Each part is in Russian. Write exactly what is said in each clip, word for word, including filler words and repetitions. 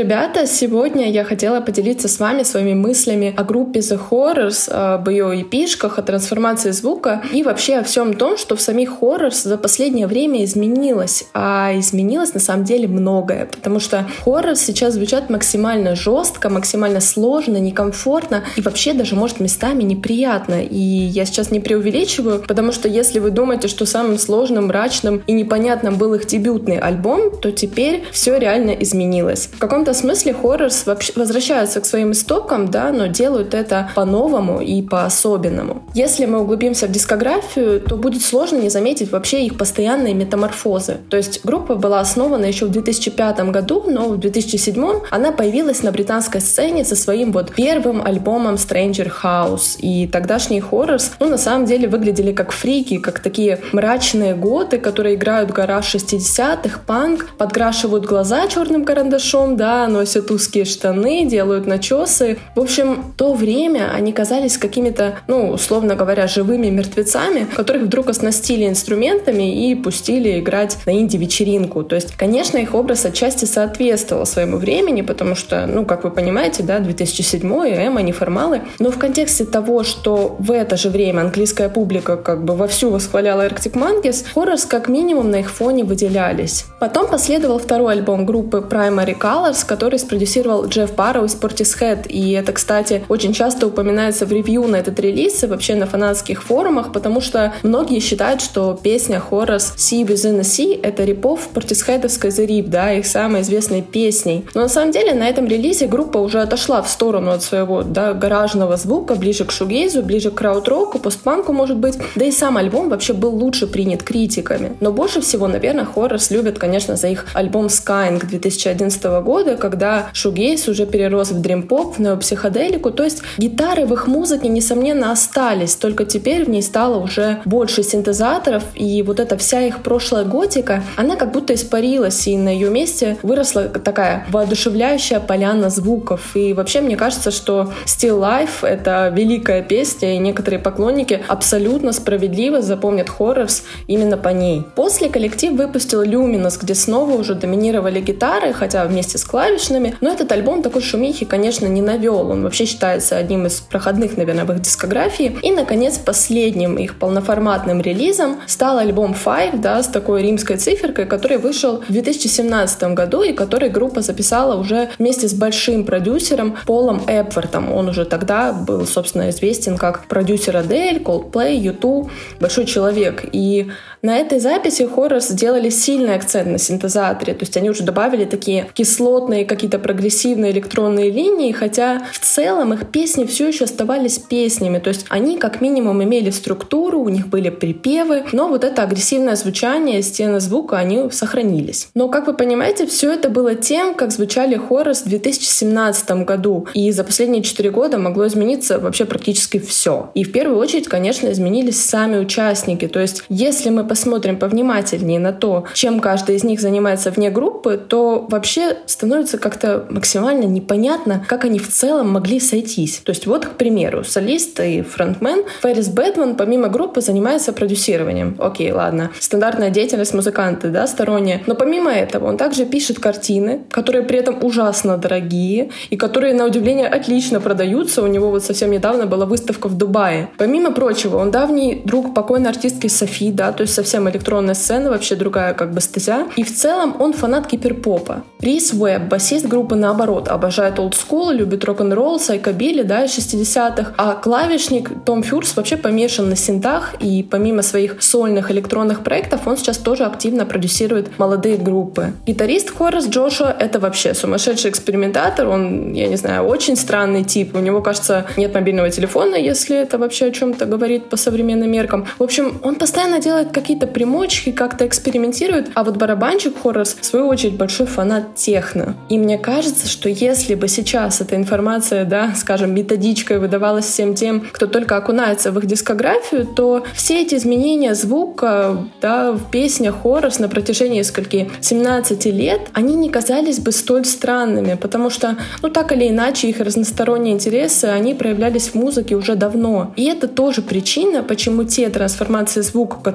ребята! Сегодня я хотела поделиться с вами своими мыслями о группе The Horrors, об ее эпишках, о трансформации звука и вообще о всем том, что в самих Horrors за последнее время изменилось. А изменилось на самом деле многое, потому что Horrors сейчас звучат максимально жестко, максимально сложно, некомфортно и вообще даже, может, местами неприятно. И я сейчас не преувеличиваю, потому что если вы думаете, что самым сложным, мрачным и непонятным был их дебютный альбом, то теперь все реально изменилось. В каком-то смысле Horrors вообще возвращаются к своим истокам, да, но делают это по-новому и по-особенному. Если мы углубимся в дискографию, то будет сложно не заметить вообще их постоянные метаморфозы. То есть группа была основана еще в две тысячи пятом году, но в две тысячи седьмом она появилась на британской сцене со своим вот первым альбомом Stranger House. И тогдашние Horrors, ну, на самом деле выглядели как фрики, как такие мрачные готы, которые играют гараж шестидесятых, панк, подкрашивают глаза черным карандашом, да, носят узкие штаны, делают начесы. В общем, в то время они казались какими-то, ну, условно говоря, живыми мертвецами, которых вдруг оснастили инструментами и пустили играть на инди-вечеринку. То есть, конечно, их образ отчасти соответствовал своему времени, потому что, ну, как вы понимаете, да, две тысячи седьмой, эмо, неформалы. Но в контексте того, что в это же время английская публика как бы вовсю восхваляла Arctic Monkeys, Horrors как минимум на их фоне выделялись. Потом последовал второй альбом группы Primary Colors, который спродюсировал Джефф Барроу из Portishead. И это, кстати, очень часто упоминается в ревью на этот релиз и вообще на фанатских форумах, потому что многие считают, что песня Horrors See Within a Sea — это рипов портисхедовской The Rip, да, их самой известной песней. Но на самом деле на этом релизе группа уже отошла в сторону от своего, да, гаражного звука, ближе к шугейзу, ближе к краудроку, постпанку, может быть. Да и сам альбом вообще был лучше принят критиками. Но больше всего, наверное, Horrors любят, конечно, за их альбом Skying две тысячи одиннадцатого года, когда шугейз уже перерос в дрим-поп, в неопсиходелику. То есть гитары в их музыке, несомненно, остались, только теперь в ней стало уже больше синтезаторов, и вот эта вся их прошлая готика, она как будто испарилась, и на ее месте выросла такая воодушевляющая поляна звуков. И вообще, мне кажется, что Still Life — это великая песня, и некоторые поклонники абсолютно справедливо запомнят Horrors именно по ней. После коллектив выпустил Luminous, где снова уже доминировали гитары, хотя вместе с клавишными, но этот альбом такой шумихи, конечно, не навел. Он вообще считается одним из проходных, наверное, в их дискографии. И, наконец, последним их полноформатным релизом стал альбом Five, да, с такой римской циферкой, который вышел в две тысячи семнадцатом году и который группа записала уже вместе с большим продюсером Полом Эпвортом. Он уже тогда был, собственно, известен как продюсер Адель, Coldplay, ю ту, большой человек. И на этой записи Horrors сделали сильный акцент на синтезаторе, то есть они уже добавили такие кислотные, какие-то прогрессивные электронные линии, хотя в целом их песни все еще оставались песнями, то есть они как минимум имели структуру, у них были припевы, но вот это агрессивное звучание, стены звука, они сохранились. Но, как вы понимаете, все это было тем, как звучали Horrors в две тысячи семнадцатом году, и за последние четыре года могло измениться вообще практически все. И в первую очередь, конечно, изменились сами участники, то есть если мы посмотрим повнимательнее на то, чем каждый из них занимается вне группы, то вообще становится как-то максимально непонятно, как они в целом могли сойтись. То есть вот, к примеру, солист и фронтмен Феррис Бэтман помимо группы занимается продюсированием. Окей, ладно. Стандартная деятельность музыканта, да, сторонняя. Но помимо этого он также пишет картины, которые при этом ужасно дорогие и которые, на удивление, отлично продаются. У него вот совсем недавно была выставка в Дубае. Помимо прочего, он давний друг покойной артистки Софи, да, то есть совсем электронная сцена, вообще другая как бы стезя. И в целом он фанат киберпопа. Рис Уэбб, басист группы, наоборот, обожает олдскул, любит рок-н-ролл, сайкобили, да, из шестидесятых. А клавишник Том Фюрс вообще помешан на синтах, и помимо своих сольных электронных проектов он сейчас тоже активно продюсирует молодые группы. Гитарист Horrors Джошуа — это вообще сумасшедший экспериментатор, он, я не знаю, очень странный тип. У него, кажется, нет мобильного телефона, если это вообще о чем-то говорит по современным меркам. В общем, он постоянно делает какие-то примочки, как-то экспериментирует, а вот барабанщик Horrors, в свою очередь, большой фанат техно. И мне кажется, что если бы сейчас эта информация, да, скажем, методичкой выдавалась всем тем, кто только окунается в их дискографию, то все эти изменения звука, да, в песнях Horrors на протяжении скольки семнадцати лет, они не казались бы столь странными, потому что, ну, так или иначе, их разносторонние интересы, они проявлялись в музыке уже давно. И это тоже причина, почему те трансформации звука, которые вот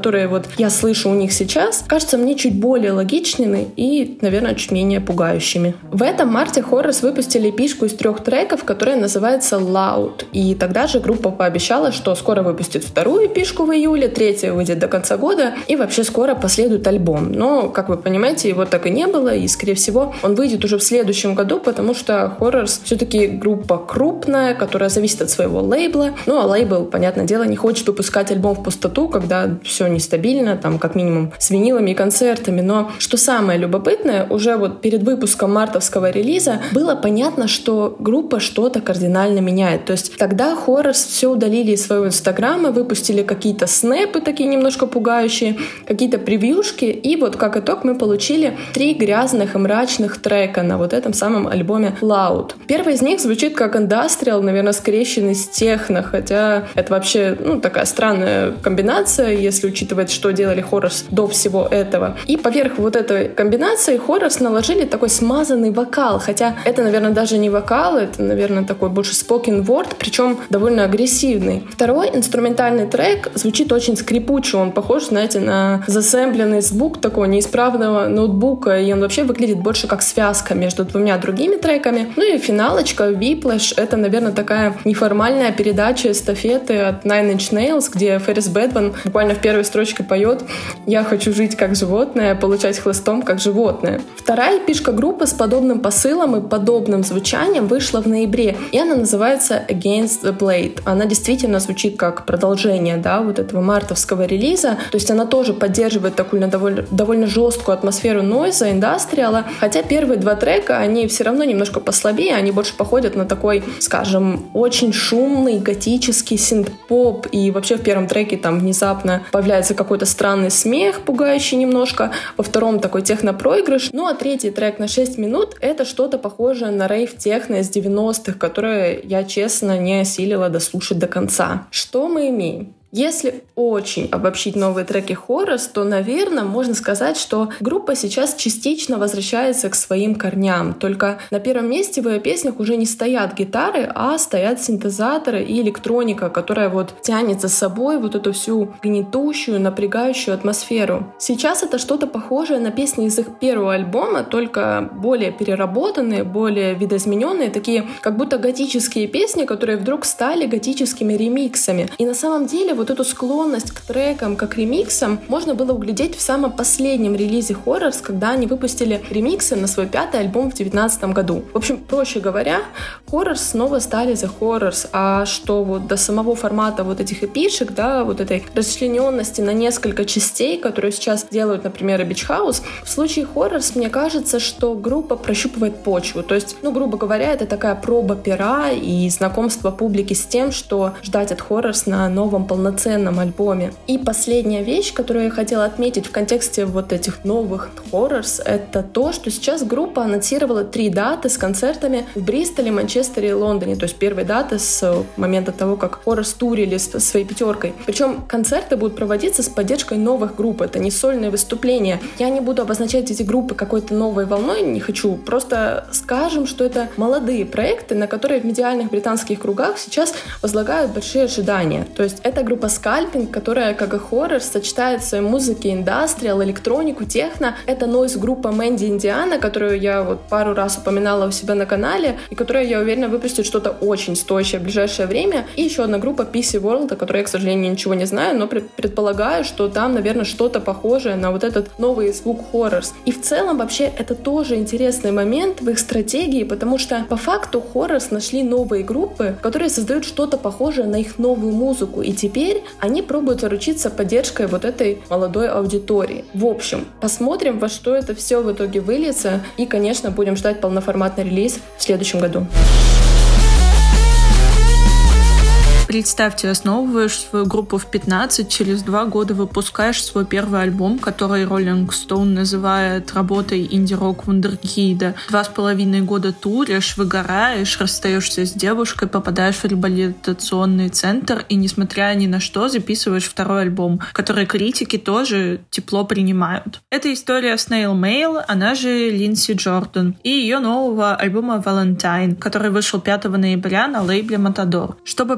вот я слышу у них сейчас, кажутся мне чуть более логичными и, наверное, чуть менее пугающими. В этом марте Horrors выпустили эпишку из трех треков, которая называется Loud. И тогда же группа пообещала, что скоро выпустит вторую эпишку в июле, третья выйдет до конца года, и вообще скоро последует альбом. Но, как вы понимаете, его так и не было, и, скорее всего, он выйдет уже в следующем году, потому что Horrors все-таки группа крупная, которая зависит от своего лейбла. Ну, а лейбл, понятное дело, не хочет выпускать альбом в пустоту, когда все нестабильно, там, как минимум, с винилами и концертами. Но, что самое любопытное, уже вот перед выпуском мартовского релиза было понятно, что группа что-то кардинально меняет. То есть тогда Horrors все удалили из своего инстаграма, выпустили какие-то снэпы такие немножко пугающие, какие-то превьюшки, и вот как итог мы получили три грязных и мрачных трека на вот этом самом альбоме Loud. Первый из них звучит как индастриал, наверное, скрещенный с техно, хотя это вообще, ну, такая странная комбинация, если учитывать, что делали Horrors до всего этого. И поверх вот этой комбинации Horrors наложили такой смазанный вокал, хотя это, наверное, даже не вокал, это, наверное, такой больше spoken word, причем довольно агрессивный. Второй инструментальный трек звучит очень скрипуче, он похож, знаете, на засэмпленный звук такого неисправного ноутбука, и он вообще выглядит больше как связка между двумя другими треками. Ну и финалочка, Whiplash, это, наверное, такая неформальная передача эстафеты от Nine Inch Nails, где Феррис Бэдман буквально в первой строчке поет «Я хочу жить как животное, получать хлыстом как животное». Вторая эпишка группы с подобным посылом и подобным звучанием вышла в ноябре, и она называется Against the Blade. Она действительно звучит как продолжение, да, вот этого мартовского релиза, то есть она тоже поддерживает такую довольно, довольно жесткую атмосферу нойза, индастриала, хотя первые два трека, они все равно немножко послабее, они больше походят на такой, скажем, очень шумный готический синт-поп, и вообще в первом треке там внезапно появляется какой-то странный смех, пугающий немножко, во втором такой техно-проигрыш, ну а третий трек на шесть минут — это что-то похожее на рейв-техно из девяностых, которое я, честно, не осилила дослушать до конца. Что мы имеем? Если очень обобщить новые треки Horrors, то, наверное, можно сказать, что группа сейчас частично возвращается к своим корням. Только на первом месте в ее песнях уже не стоят гитары, а стоят синтезаторы и электроника, которая вот тянет за собой вот эту всю гнетущую, напрягающую атмосферу. Сейчас это что-то похожее на песни из их первого альбома, только более переработанные, более видоизмененные, такие как будто готические песни, которые вдруг стали готическими ремиксами. И на самом деле вот Вот эту склонность к трекам, как ремиксам, можно было углядеть в самом последнем релизе Horrors, когда они выпустили ремиксы на свой пятый альбом в две тысячи девятнадцатом году. В общем, проще говоря, Horrors снова стали The Horrors, а что вот до самого формата вот этих эпишек, да, вот этой расчлененности на несколько частей, которые сейчас делают, например, и Beach House, в случае Horrors мне кажется, что группа прощупывает почву. То есть, ну, грубо говоря, это такая проба пера и знакомство публики с тем, что ждать от Horrors на новом полноценном ценном альбоме. И последняя вещь, которую я хотела отметить в контексте вот этих новых Horrors, это то, что сейчас группа анонсировала три даты с концертами в Бристоле, Манчестере и Лондоне. То есть первые даты с момента того, как Horrors турили с своей пятеркой. Причем концерты будут проводиться с поддержкой новых групп. Это не сольные выступления. Я не буду обозначать эти группы какой-то новой волной, не хочу. Просто скажем, что это молодые проекты, на которые в медиальных британских кругах сейчас возлагают большие ожидания. То есть это группа Scalping, которая, как и Horrors, сочетает в своей музыке индастриал, электронику, техно. Это нойз-группа Мэнди Индиана, которую я вот пару раз упоминала у себя на канале, и которая, я уверена, выпустит что-то очень стоящее в ближайшее время. И еще одна группа пи си World, о которой я, к сожалению, ничего не знаю, но предполагаю, что там, наверное, что-то похожее на вот этот новый звук Horrors. И в целом, вообще, это тоже интересный момент в их стратегии, потому что, по факту, Horrors нашли новые группы, которые создают что-то похожее на их новую музыку, и теперь они пробуют заручиться поддержкой вот этой молодой аудитории. В общем, посмотрим, во что это все в итоге выльется, и, конечно, будем ждать полноформатный релиз в следующем году. Представьте, основываешь свою группу в пятнадцать, через два года выпускаешь свой первый альбом, который Rolling Stone называет работой инди-рок вундеркида. Два с половиной года туришь, выгораешь, расстаешься с девушкой, попадаешь в реабилитационный центр и, несмотря ни на что, записываешь второй альбом, который критики тоже тепло принимают. Это история Snail Mail, она же Линдси Джордан, и ее нового альбома Valentine, который вышел пятого ноября на лейбле Matador. Чтобы понять, чего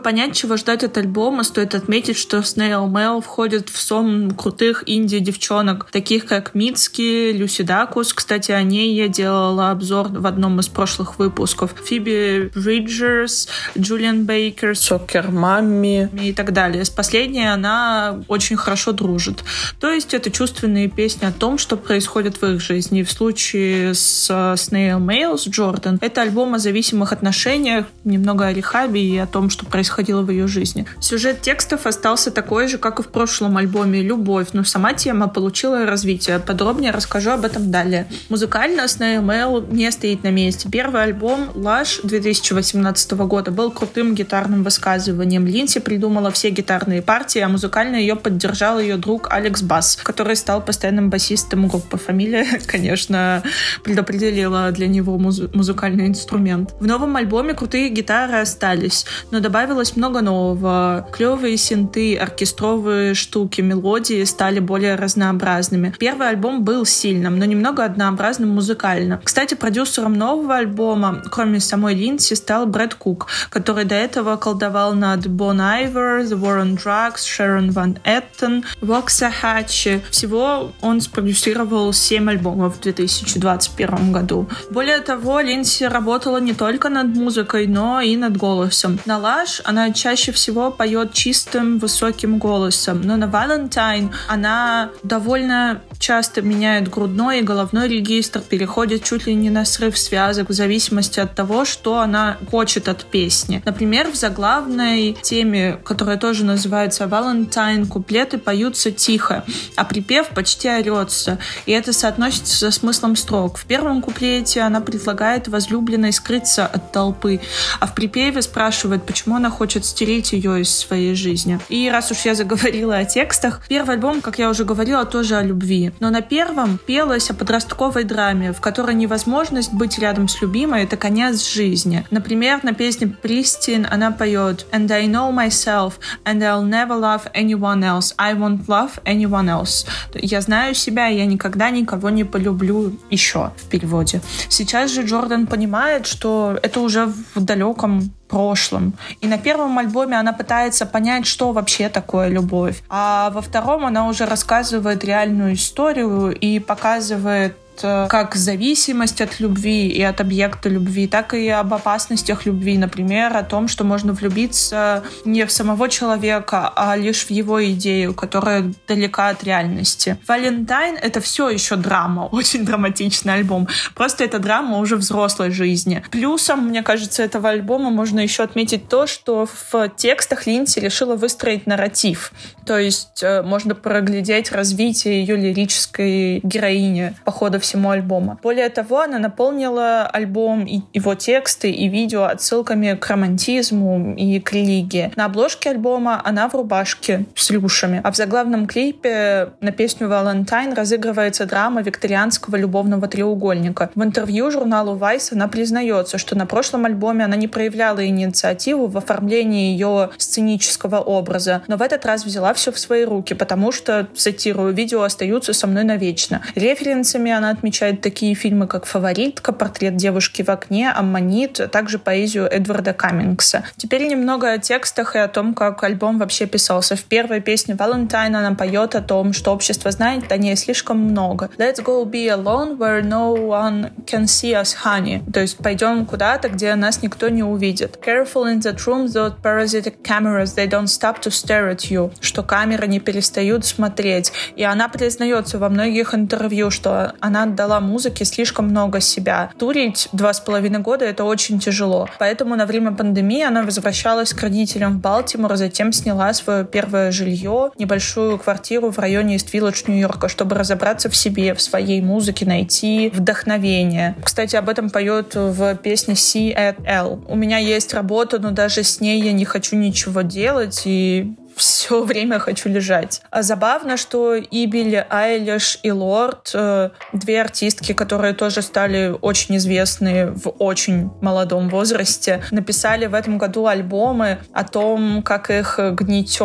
чего ждать от альбома, стоит отметить, что Snail Mail входит в сон крутых инди-девчонок, таких как Митски, Люси Дакус. Кстати, о ней я делала обзор в одном из прошлых выпусков. Фиби Бриджерс, Джулиан Бейкер, Сокер Мамми и так далее. С последней она очень хорошо дружит. То есть это чувственные песни о том, что происходит в их жизни. В случае с Snail Mail, с Джордан, это альбом о зависимых отношениях, немного о рехабе и о том, что происходило в ее жизни. Сюжет текстов остался такой же, как и в прошлом альбоме «Любовь», но сама тема получила развитие. Подробнее расскажу об этом далее. Музыкально Snail Mail не стоит на месте. Первый альбом Lush две тысячи восемнадцатого года был крутым гитарным высказыванием. Линдси придумала все гитарные партии, а музыкально ее поддержал ее друг Алекс Басс, который стал постоянным басистом группы. Фамилия, конечно, предопределила для него муз- музыкальный инструмент. В новом альбоме крутые гитары остались, но добавилось много нового. Клевые синты, оркестровые штуки, мелодии стали более разнообразными. Первый альбом был сильным, но немного однообразным музыкально. Кстати, продюсером нового альбома, кроме самой Линдси, стал Брэд Кук, который до этого колдовал над Bon Iver, The War on Drugs, Sharon Van Etten, Waxahachie. Всего он спродюсировал семь альбомов в две тысячи двадцать первом году. Более того, Линдси работала не только над музыкой, но и над голосом. На Lush она чаще всего поет чистым, высоким голосом, но на Valentine она довольно часто меняет грудной и головной регистр, переходит чуть ли не на срыв связок в зависимости от того, что она хочет от песни. Например, в заглавной теме, которая тоже называется Valentine, куплеты поются тихо, а припев почти орется, и это соотносится со смыслом строк. В первом куплете она предлагает возлюбленной скрыться от толпы, а в припеве спрашивает, почему она хочет стереть ее из своей жизни. И раз уж я заговорила о текстах, первый альбом, как я уже говорила, тоже о любви. Но на первом пелось о подростковой драме, в которой невозможность быть рядом с любимой — это конец жизни. Например, на песне Pristine она поет «And I know myself, and I'll never love anyone else. I won't love anyone else». Я знаю себя, и я никогда никого не полюблю еще, в переводе. Сейчас же Джордан понимает, что это уже в далеком прошлом. И на первом альбоме она пытается понять, что вообще такое любовь. А во втором она уже рассказывает реальную историю и показывает как зависимость от любви и от объекта любви, так и об опасностях любви. Например, о том, что можно влюбиться не в самого человека, а лишь в его идею, которая далека от реальности. «Valentine» — это все еще драма, очень драматичный альбом. Просто это драма уже взрослой жизни. Плюсом, мне кажется, этого альбома можно еще отметить то, что в текстах Линдси решила выстроить нарратив. То есть можно проглядеть развитие ее лирической героини по ходу всему альбома. Более того, она наполнила альбом и его тексты и видео отсылками к романтизму и к религии. На обложке альбома она в рубашке с рюшами, а в заглавном клипе на песню «Valentine» разыгрывается драма викторианского любовного треугольника. В интервью журналу Vice она признается, что на прошлом альбоме она не проявляла инициативу в оформлении ее сценического образа, но в этот раз взяла все в свои руки, потому что, цитирую, «видео остаются со мной навечно». Референсами она отмечает такие фильмы, как «Фаворитка», «Портрет девушки в окне», «Аммонит», а также поэзию Эдварда Каммингса. Теперь немного о текстах и о том, как альбом вообще писался. В первой песне «Valentine» она поет о том, что общество знает о ней слишком много. «Let's go be alone where no one can see us, honey». То есть «пойдем куда-то, где нас никто не увидит». «Careful in that room, those parasitic cameras, they don't stop to stare at you». Что камеры не перестают смотреть. И она признается во многих интервью, что она отдала музыке слишком много себя. Турить два с половиной года — это очень тяжело. Поэтому на время пандемии она возвращалась к родителям в Балтимор, а затем сняла свое первое жилье, небольшую квартиру в районе Ист-Вилледж, Нью-Йорка, чтобы разобраться в себе, в своей музыке, найти вдохновение. Кстати, об этом поет в песне «C at L». «У меня есть работа, но даже с ней я не хочу ничего делать, и все время хочу лежать». А забавно, что и Билли Айлиш, и Лорд, э, две артистки, которые тоже стали очень известны в очень молодом возрасте, написали в этом году альбомы о том, как их гнетет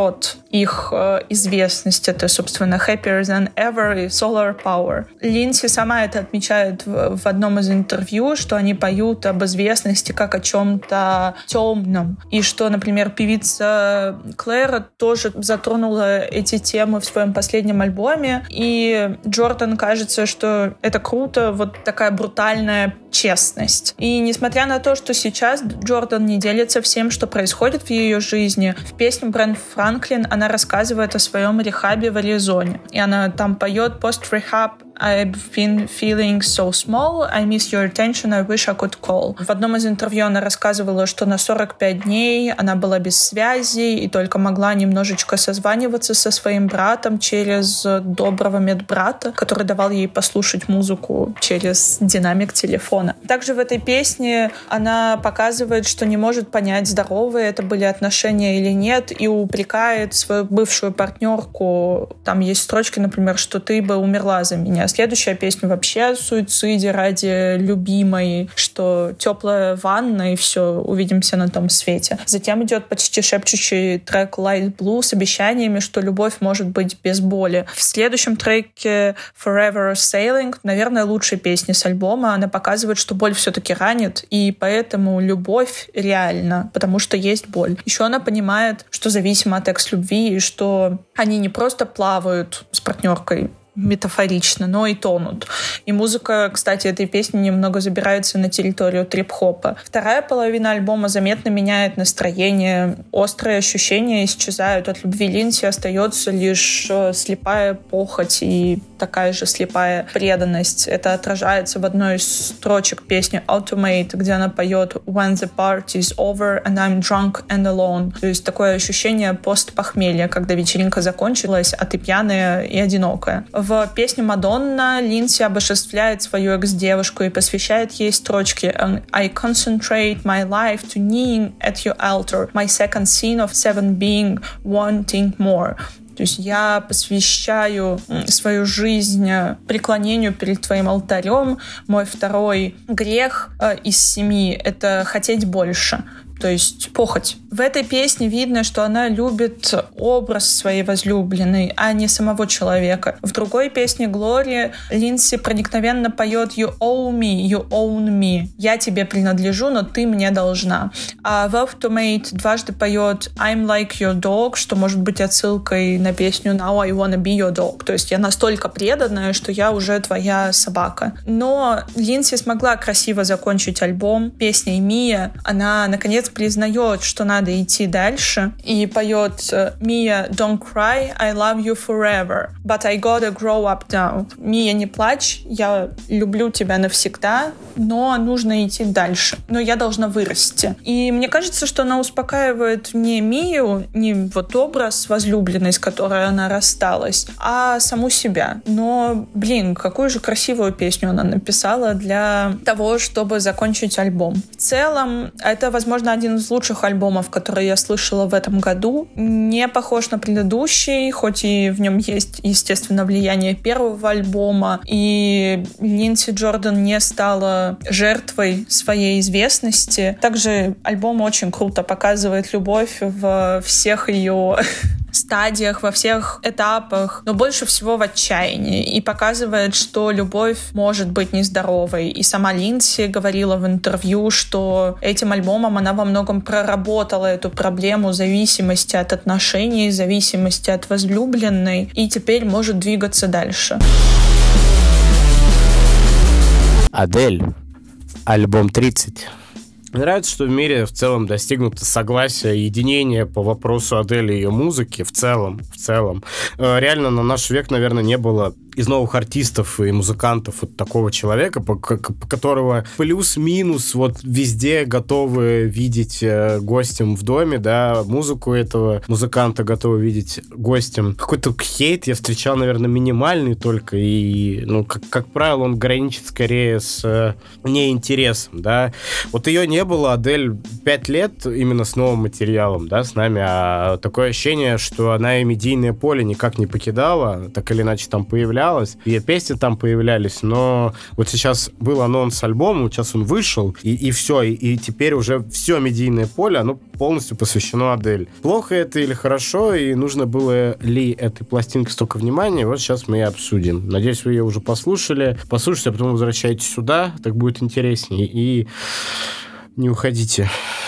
их э, известность. Это, собственно, Happier Than Ever и Solar Power. Линдси сама это отмечает в, в одном из интервью, что они поют об известности как о чем-то темном. И что, например, певица Клэра тоже затронула эти темы в своем последнем альбоме. И Джордан кажется, что это круто, вот такая брутальная честность. И несмотря на то, что сейчас Джордан не делится всем, что происходит в ее жизни, в песне Брэнд Франклин она рассказывает о своем рехабе в Аризоне. И она там поет «Post-rehab I've been feeling so small, I miss your attention, I wish I could call». В одном из интервью она рассказывала, что на сорок пять дней она была без связи и только могла немножечко созваниваться со своим братом через доброго медбрата, который давал ей послушать музыку через динамик телефона. Также в этой песне она показывает, что не может понять, здоровые это были отношения или нет, и упрекает свою бывшую партнерку. Там есть строчки, например, что «ты бы умерла за меня». Следующая песня вообще о суициде ради любимой, что теплая ванна и все, увидимся на том свете. Затем идет почти шепчущий трек Light Blue с обещаниями, что любовь может быть без боли. В следующем треке Forever Sailing, наверное, лучшая песня с альбома. Она показывает, что боль все-таки ранит, и поэтому любовь реальна, потому что есть боль. Еще она понимает, что зависимо от экс-любви, и что они не просто плавают с партнеркой метафорично, но и тонут. И музыка, кстати, этой песни немного забирается на территорию трип-хопа. Вторая половина альбома заметно меняет настроение. Острые ощущения исчезают. От любви Линдси остается лишь слепая похоть и такая же слепая преданность. Это отражается в одной из строчек песни Automate, где она поет «When the party's over and I'm drunk and alone». То есть такое ощущение постпохмелья, когда вечеринка закончилась, а ты пьяная и одинокая. В песне «Мадонна» Линдси обожествляет свою экс-девушку и посвящает ей строчки «I concentrate my life to kneeling at your altar, my second sin of seven being wanting more». То есть я посвящаю свою жизнь преклонению перед твоим алтарем. Мой второй грех из семи — это хотеть больше. То есть похоть. В этой песне видно, что она любит образ своей возлюбленной, а не самого человека. В другой песне «Glory» Линдси проникновенно поет «You owe me, you own me». «Я тебе принадлежу, но ты мне должна». А в «Automate» дважды поет «I'm like your dog», что может быть отсылкой на песню «Now I wanna be your dog». То есть я настолько преданная, что я уже твоя собака. Но Линдси смогла красиво закончить альбом песней «Мия». Она, наконец, признает, что надо идти дальше, и поет «Мия, don't cry, I love you forever, but I gotta grow up now». «Мия, не плачь, я люблю тебя навсегда, но нужно идти дальше, но я должна вырасти». И мне кажется, что она успокаивает не Мию, не вот образ возлюбленной, с которой она рассталась, а саму себя. Но, блин, какую же красивую песню она написала для того, чтобы закончить альбом. В целом, это, возможно, один из лучших альбомов, которые я слышала в этом году. Не похож на предыдущий, хоть и в нем есть, естественно, влияние первого альбома. И Линдси Джордан не стала жертвой своей известности. Также альбом очень круто показывает любовь во всех ее стадиях, во всех этапах, но больше всего в отчаянии, и показывает, что любовь может быть нездоровой. И сама Линдси говорила в интервью, что этим альбомом она во многом проработала эту проблему зависимости от отношений, зависимости от возлюбленной, и теперь может двигаться дальше. Адель. Альбом тридцать. Мне нравится, что в мире в целом достигнуто согласие, единение по вопросу Адель и ее музыки в целом, в целом. Реально на наш век, наверное, не было из новых артистов и музыкантов вот такого человека, по, по, по которого плюс-минус вот везде готовы видеть э, гостем в доме, да, музыку этого музыканта готовы видеть гостем. Какой-то хейт я встречал, наверное, минимальный только, и, ну, как, как правило, он граничит скорее с э, неинтересом, да. Вот ее не не было Адель пять лет именно с новым материалом, да, с нами, а такое ощущение, что она и медийное поле никак не покидала, так или иначе там появлялась, и песни там появлялись, но вот сейчас был анонс альбома, сейчас он вышел, и, и все, и, и теперь уже все медийное поле, оно полностью посвящено Адель. Плохо это или хорошо, и нужно было ли этой пластинке столько внимания, вот сейчас мы и обсудим. Надеюсь, вы ее уже послушали. Послушайте, а потом возвращайтесь сюда, так будет интереснее, и не уходите.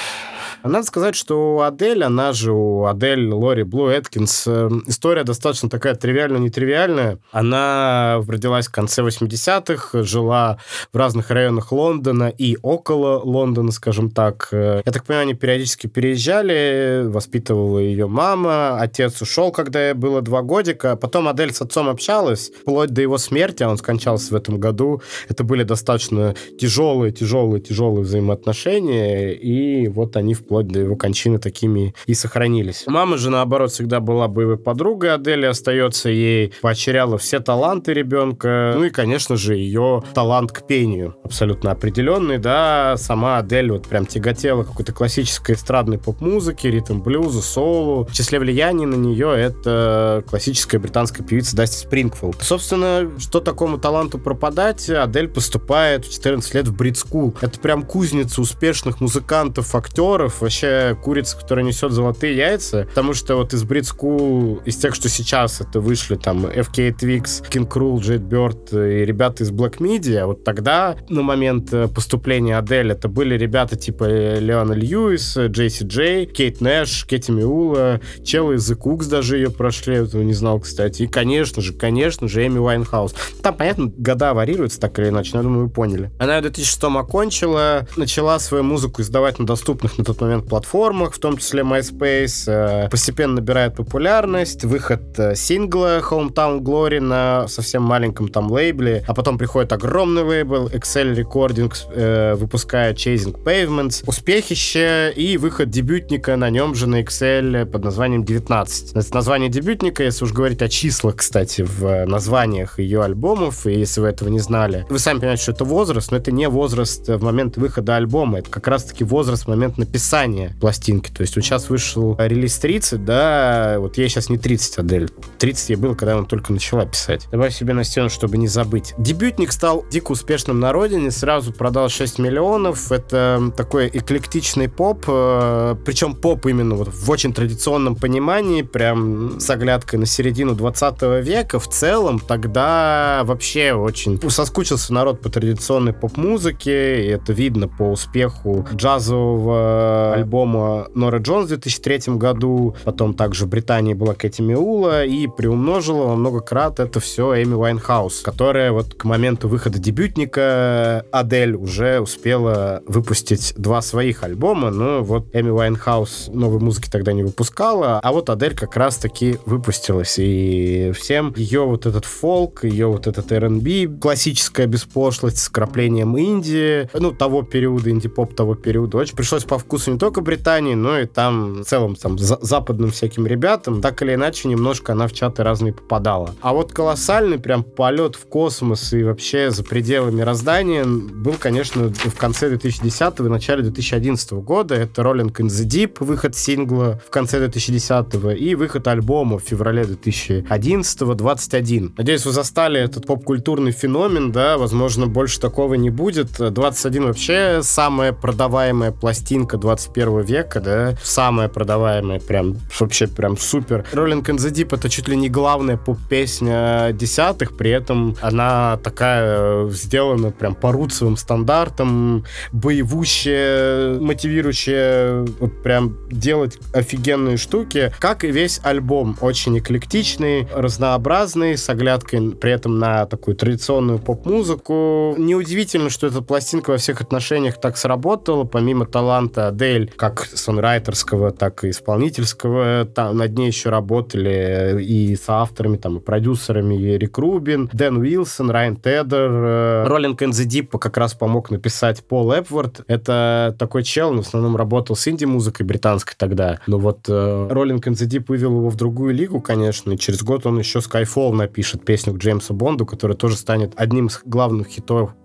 Надо сказать, что у Адель, она же у Адель Лори Блу Эткинс, история достаточно такая тривиально-нетривиальная. Она родилась в конце восьмидесятых, жила в разных районах Лондона и около Лондона, скажем так. Я так понимаю, они периодически переезжали, воспитывала ее мама, отец ушел, когда ей было два годика. Потом Адель с отцом общалась, вплоть до его смерти, а он скончался в этом году. Это были достаточно тяжелые, тяжелые, тяжелые взаимоотношения, и вот они вплоть до его кончины такими и сохранились. Мама же, наоборот, всегда была боевой подругой Адели, остается ей, поощряла все таланты ребенка, ну и, конечно же, ее талант к пению абсолютно определенный, да, сама Адель вот прям тяготела какой-то классической эстрадной поп-музыке, ритм-блюзу, соулу. В числе влияний на нее это классическая британская певица Дасти Спрингфилд. Собственно, что такому таланту пропадать, Адель поступает в четырнадцать лет в Брит-скул. Это прям кузница успешных музыкантов, актеров, вообще курица, которая несет золотые яйца, потому что вот из Брит-скул, из тех, что сейчас это вышли, там, эф кей Twigs, King Krul, Джейд Бёрд и ребята из Black Media, вот тогда, на момент поступления Адель, это были ребята типа Леона Льюис, Джейси Джей, Кейт Нэш, Кэти Миула, челы из The Cooks даже ее прошли, этого не знал, кстати, и, конечно же, конечно же, Эми Уайнхаус. Там, понятно, года варьируются так или иначе, но, я думаю, вы поняли. Она в две тысячи шестом окончила, начала свою музыку издавать на доступных на тот момент платформах, в том числе MySpace, постепенно набирает популярность, выход сингла Hometown Glory на совсем маленьком там лейбле, а потом приходит огромный лейбл Excel Recordings, выпуская Chasing Pavements, успехище и выход дебютника на нем же на Excel под названием девятнадцать. Это название дебютника, если уж говорить о числах, кстати, в названиях ее альбомов, и если вы этого не знали, вы сами понимаете, что это возраст, но это не возраст в момент выхода альбома, это как раз-таки возраст в момент написания пластинки. То есть вот сейчас вышел релиз тридцать, да, вот ей сейчас не тридцать, Адель. тридцать ей было, когда она только начала писать. Добавь себе на стену, чтобы не забыть. Дебютник стал дико успешным на родине, сразу продал шесть миллионов. Это такой эклектичный поп, причем поп именно вот в очень традиционном понимании, прям с оглядкой на середину двадцатого века. В целом тогда вообще очень соскучился народ по традиционной поп-музыке, и это видно по успеху джазового альбома Нора Джонс в две тысячи третьем году, потом также в Британии была Кэти Миула, и приумножила во много крат это все Эми Уайнхаус, которая вот к моменту выхода дебютника Адель уже успела выпустить два своих альбома, но вот Эми Уайнхаус новой музыки тогда не выпускала, а вот Адель как раз-таки выпустилась, и всем ее вот этот фолк, ее вот этот эр энд би, классическая беспошлость с вкраплением инди, ну, того периода, инди-поп того периода, очень пришлось по вкусу не только Британии, но и там в целом там за- западным всяким ребятам, так или иначе немножко она в чаты разные попадала. А вот колоссальный прям полет в космос и вообще за пределы мироздания был, конечно, в конце две тысячи десятого и начале две тысячи одиннадцатого года. Это Rolling in the Deep, выход сингла в конце две тысячи десятого и выход альбома в феврале две тысячи одиннадцатого двадцать один. Надеюсь, вы застали этот поп-культурный феномен, да, возможно, больше такого не будет. двадцать один вообще самая продаваемая пластинка двадцать первого века, да, самая продаваемая, прям, вообще прям супер. Rolling in the Deep — это чуть ли не главная поп-песня десятых, при этом она такая сделана прям по рутсовым стандартам, боевущая, мотивирующая, вот прям делать офигенные штуки, как и весь альбом, очень эклектичный, разнообразный, с оглядкой при этом на такую традиционную поп-музыку. Неудивительно, что эта пластинка во всех отношениях так сработала, помимо таланта Адель, как сонрайтерского, так и исполнительского, там над ней еще работали и соавторами, там, и продюсерами и Рик Рубин, Дэн Уилсон, Райан Теддер. Rolling in the Deep как раз помог написать Пол Эпворт. Это такой чел, он в основном работал с инди-музыкой британской тогда. Но вот Rolling in the Deep вывел его в другую лигу, конечно, и через год он еще Skyfall напишет, песню к Джеймсу Бонду, которая тоже станет одним из главных хитов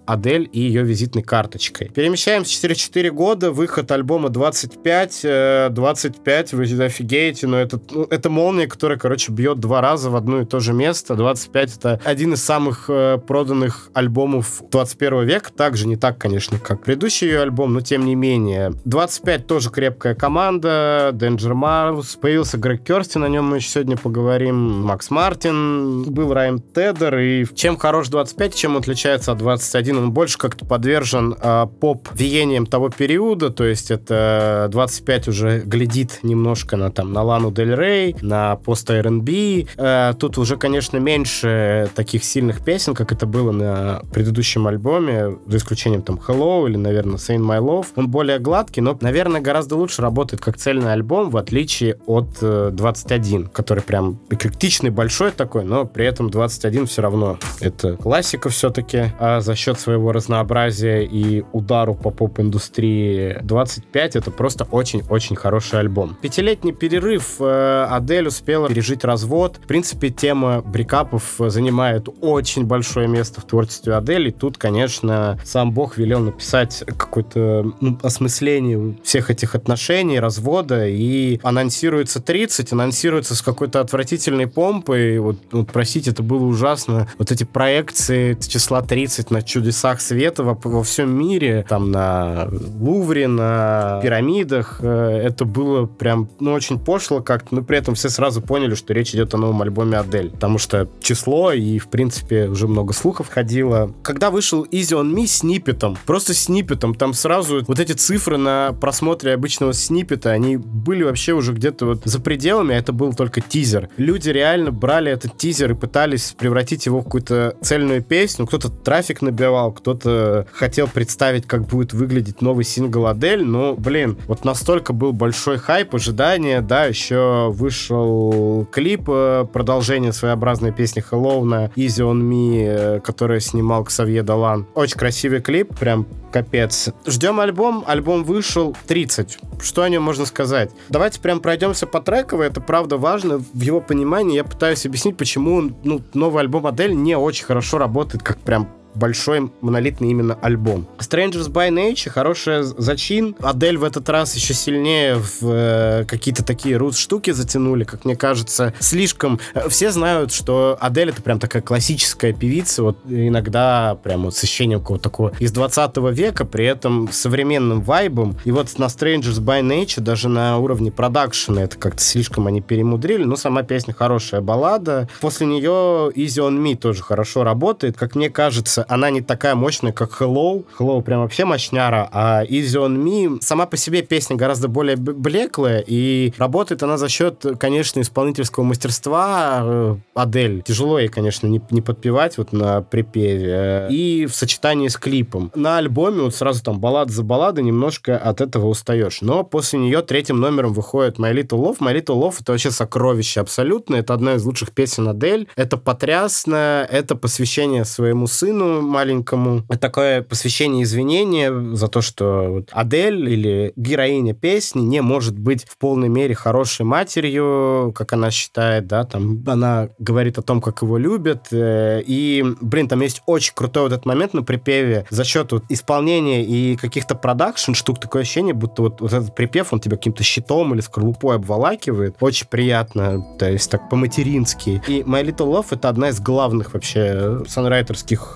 Адель и ее визитной карточкой. Перемещаемся через четыре года, выход альбома двадцать пять. двадцать пять, вы офигеете, но это, ну, это молния, которая, короче, бьет два раза в одно и то же место. двадцать пять — это один из самых э, проданных альбомов двадцать первого века. Также не так, конечно, как предыдущий ее альбом, но тем не менее. двадцать пять тоже крепкая команда. Danger Mouse. Появился Грег Керстин, о нем мы еще сегодня поговорим. Макс Мартин. Был Райан Теддер. И чем хорош двадцать пять, чем он отличается от двадцать один? Он больше как-то подвержен э, поп-веяниям того периода. То есть это двадцать пять уже глядит немножко на, там, на Лану Дель Рей, на пост-ар энд би. Э, тут уже, конечно, меньше таких сильных песен, как это было на предыдущем альбоме, за исключением там Hello или, наверное, Saying My Love. Он более гладкий, но, наверное, гораздо лучше работает как цельный альбом, в отличие от э, двадцать один, который прям эклектичный, большой такой, но при этом двадцать один все равно это классика все-таки, а за счет своего разнообразия и удару по поп-индустрии. двадцать пять — это просто очень-очень хороший альбом. Пятилетний перерыв. э, Адель успела пережить развод. В принципе, тема брейкапов занимает очень большое место в творчестве Адель, и тут, конечно, сам Бог велел написать какое-то, ну, осмысление всех этих отношений, развода, и анонсируется тридцать, анонсируется с какой-то отвратительной помпой. Вот, вот простите, это было ужасно. Вот эти проекции числа тридцать на чудесах света во, во всем мире, там на Лувре, на пирамидах, это было прям, ну, очень пошло как-то, но при этом все сразу поняли, что речь идет о новом альбоме Адель, потому что число и, в принципе, уже много слухов ходило. Когда вышел Easy on Me сниппетом, просто сниппетом, там сразу вот эти цифры на просмотре обычного сниппета, они были вообще уже где-то вот за пределами, а это был только тизер. Люди реально брали этот тизер и пытались превратить его в какую-то цельную песню. Кто-то трафик набивал, кто-то хотел представить, как будет выглядеть новый сингл Адель, но, блин, вот настолько был большой хайп, ожидания, да, еще вышел клип, продолжение своеобразной песни Hello на Easy on Me, которую снимал Ксавье Долан. Очень красивый клип, прям капец. Ждем альбом, альбом вышел тридцать. Что о нем можно сказать? Давайте прям пройдемся по треково, это правда важно. В его понимании я пытаюсь объяснить, почему, ну, новый альбом Адель не очень хорошо работает, как прям большой монолитный именно альбом. Strangers by Nature, хорошая зачин. Адель в этот раз еще сильнее в э, какие-то такие рут-штуки затянули, как мне кажется. Слишком... Все знают, что Адель — это прям такая классическая певица, вот иногда прям вот с ощущением какого-то такого из двадцатого века, при этом современным вайбом. И вот на Strangers by Nature даже на уровне продакшена это как-то слишком они перемудрили, но сама песня хорошая, баллада. После нее Easy on Me тоже хорошо работает. Как мне кажется, она не такая мощная, как Hello. Hello прям вообще мощняра, а Easy on Me сама по себе песня гораздо более блеклая, и работает она за счет, конечно, исполнительского мастерства Адель. Тяжело ей, конечно, не, не подпевать вот на припеве. И в сочетании с клипом. На альбоме вот сразу там баллада за балладой немножко от этого устаешь. Но после нее третьим номером выходит My Little Love. My Little Love — это вообще сокровище абсолютно. Это одна из лучших песен Адель. Это потрясно. Это посвящение своему сыну маленькому. Это такое посвящение извинения за то, что вот Адель или героиня песни не может быть в полной мере хорошей матерью, как она считает, да, там она говорит о том, как его любят, и, блин, там есть очень крутой вот этот момент на припеве за счет вот исполнения и каких-то продакшн штук, такое ощущение, будто вот, вот этот припев, он тебя каким-то щитом или скорлупой обволакивает. Очень приятно, то есть так по-матерински. И My Little Love — это одна из главных вообще сонрайтерских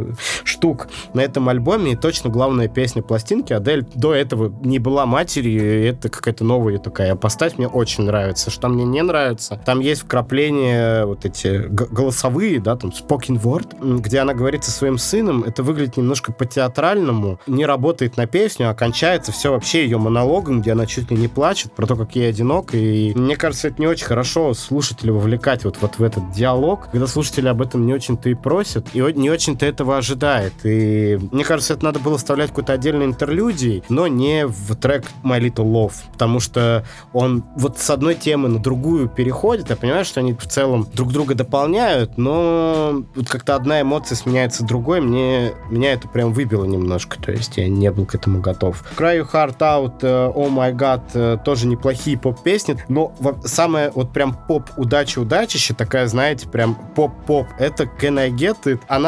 штук на этом альбоме, и точно главная песня пластинки. Адель до этого не была матерью, и это какая-то новая такая апостась, мне очень нравится. Что мне не нравится, там есть вкрапления вот эти голосовые, да, там spoken word, где она говорит со своим сыном, это выглядит немножко по-театральному, не работает на песню, а кончается все вообще ее монологом, где она чуть ли не плачет про то, как ей одиноко, и мне кажется, это не очень хорошо слушателя вовлекать вот, вот в этот диалог, когда слушатели об этом не очень-то и просят, и не очень-то этого ожидает. И мне кажется, это надо было вставлять какой-то отдельной интерлюдией, но не в трек My Little Love, потому что он вот с одной темы на другую переходит. Я понимаю, что они в целом друг друга дополняют, но вот как-то одна эмоция сменяется другой. Мне, меня это прям выбило немножко, то есть я не был к этому готов. Cry Your Heart Out, Oh My God, тоже неплохие поп-песни, но самая вот прям поп-удача-удачище, такая, знаете, прям поп-поп, это Can I Get It? Она состоит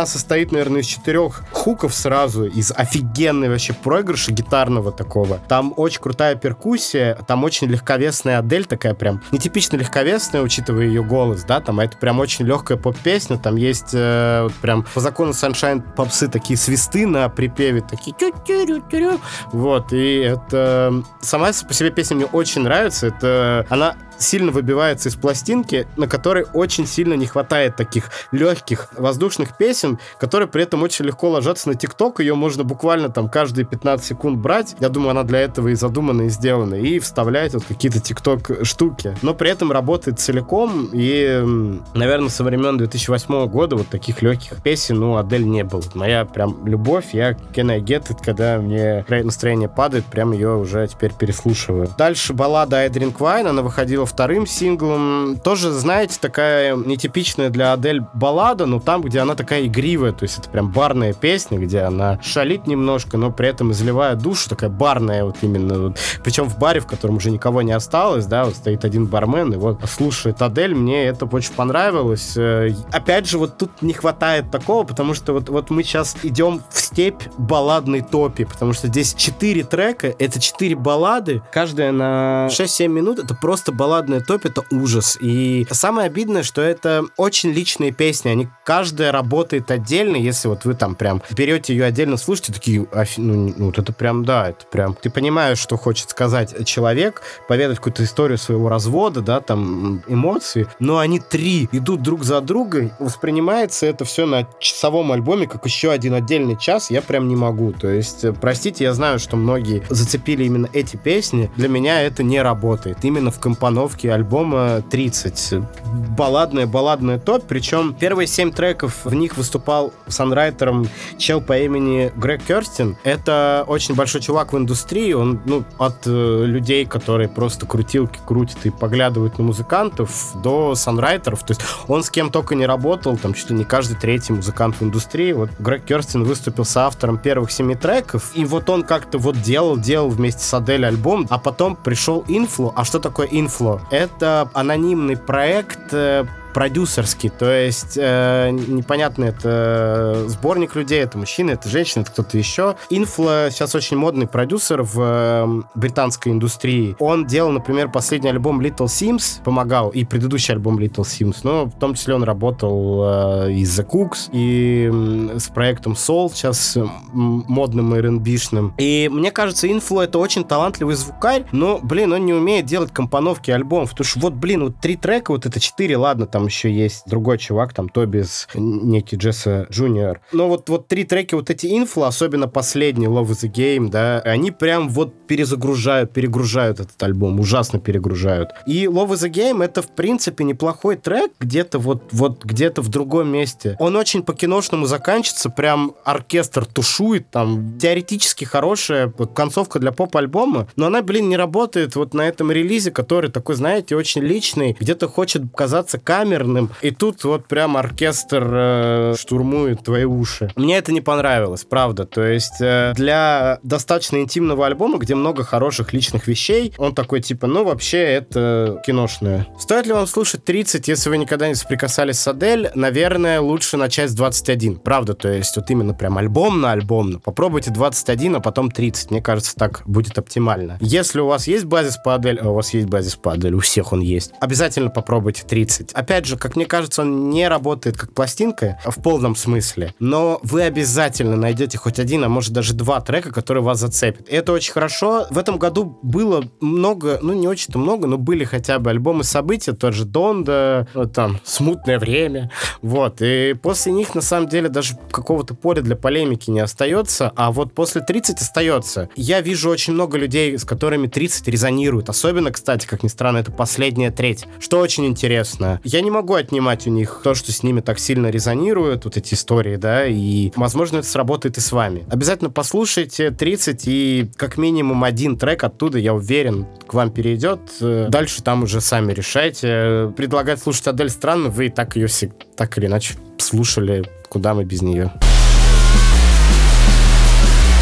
состоит, наверное, из четырех хуков сразу, из офигенной вообще проигрыша гитарного такого. Там очень крутая перкуссия, там очень легковесная Адель, такая прям нетипично легковесная, учитывая ее голос, да, там это прям очень легкая поп-песня, там есть э, вот прям по закону Sunshine попсы такие свисты на припеве, такие тю-тю-тю-тю. Вот, и это сама по себе песня мне очень нравится, это она сильно выбивается из пластинки, на которой очень сильно не хватает таких легких воздушных песен, которые при этом очень легко ложатся на ТикТок. Ее можно буквально там каждые пятнадцать секунд брать. Я думаю, она для этого и задумана, и сделана. И вставлять вот какие-то ТикТок штуки. Но при этом работает целиком. И, наверное, со времен две тысячи восьмого года вот таких легких песен, ну, Адель не было. Моя прям любовь. Я Can I Get It, когда мне настроение падает, прям ее уже теперь переслушиваю. Дальше баллада I Drink Wine. Она выходила вторым синглом. Тоже, знаете, такая нетипичная для Адель баллада, но там, где она такая игривая, то есть это прям барная песня, где она шалит немножко, но при этом изливая душу, такая барная вот именно. Вот. Причем в баре, в котором уже никого не осталось, да, вот стоит один бармен, и вот слушает Адель, мне это очень понравилось. Опять же, вот тут не хватает такого, потому что вот, вот мы сейчас идем в степь балладной топи, потому что здесь четыре трека, это четыре баллады, каждая на шесть-семь минут, это просто баллада топ, это ужас. И самое обидное, что это очень личные песни. Они, каждая работает отдельно. Если вот вы там прям берете ее отдельно, слушаете, такие, ну, ну вот это прям, да, это прям... Ты понимаешь, что хочет сказать человек, поведать какую-то историю своего развода, да, там, эмоции, но они три идут друг за другом. Воспринимается это все на часовом альбоме, как еще один отдельный час. Я прям не могу. То есть, простите, я знаю, что многие зацепили именно эти песни. Для меня это не работает. Именно в компоновке альбома тридцать. Балладная, балладная топ, причем первые семь треков в них выступал санрайтером чел по имени Грег Керстин. Это очень большой чувак в индустрии, он, ну, от э, людей, которые просто крутилки крутят и поглядывают на музыкантов, до санрайтеров, то есть он с кем только не работал, там чуть ли не каждый третий музыкант в индустрии. Вот Грег Керстин выступил соавтором первых семи треков, и вот он как-то вот делал, делал вместе с Адель альбом, а потом пришел Inflo. А что такое Inflo? Это анонимный проект, э, продюсерский, то есть э, непонятно, это сборник людей, это мужчина, это женщина, это кто-то еще. Inflo сейчас очень модный продюсер в э, британской индустрии. Он делал, например, последний альбом Little Sims, помогал, и предыдущий альбом Little Sims, но в том числе он работал э, и с The Cooks, и э, с проектом Soul, сейчас э, модным эр энд би-шным. И мне кажется, Inflo — это очень талантливый звукарь, но, блин, он не умеет делать компоновки альбомов, потому что вот, блин, вот три трека, вот это четыре, ладно, там еще есть другой чувак, там Тобис, некий Джесса Джуниор. Но вот, вот три треки, вот эти Inflo, особенно последний, Love is a Game, да, они прям вот перезагружают, перегружают этот альбом, ужасно перегружают. И Love is a Game — это, в принципе, неплохой трек, где-то вот, вот где-то в другом месте. Он очень по-киношному заканчивается, прям оркестр тушует, там, теоретически хорошая вот, концовка для поп-альбома, но она, блин, не работает вот на этом релизе, который такой, знаете, очень личный, где-то хочет казаться камерой, и тут вот прям оркестр э, штурмует твои уши. Мне это не понравилось, правда. То есть э, для достаточно интимного альбома, где много хороших личных вещей, он такой типа, ну вообще это киношное. Стоит ли вам слушать тридцать, если вы никогда не соприкасались с Адель? Наверное, лучше начать с двадцать один. Правда, то есть вот именно прям альбом на альбом. Попробуйте двадцать один, а потом тридцать. Мне кажется, так будет оптимально. Если у вас есть базис по Адель, а у вас есть базис по Адель, у всех он есть, обязательно попробуйте тридцать. Опять же, как мне кажется, он не работает как пластинка в полном смысле, но вы обязательно найдете хоть один, а может даже два трека, которые вас зацепят. И это очень хорошо. В этом году было много, ну не очень-то много, но были хотя бы альбомы события, тот же Донда, вот там «Смутное время», вот. И после них, на самом деле, даже какого-то поля для полемики не остается, а вот после тридцать остается. Я вижу очень много людей, с которыми тридцать резонирует. Особенно, кстати, как ни странно, это последняя треть, что очень интересно. Я не могу отнимать у них то, что с ними так сильно резонирует, вот эти истории, да, и, возможно, это сработает и с вами. Обязательно послушайте тридцать, и как минимум один трек оттуда, я уверен, к вам перейдет. Дальше там уже сами решайте. Предлагать слушать Адель странно, вы и так ее все, так или иначе слушали, куда мы без нее. Так,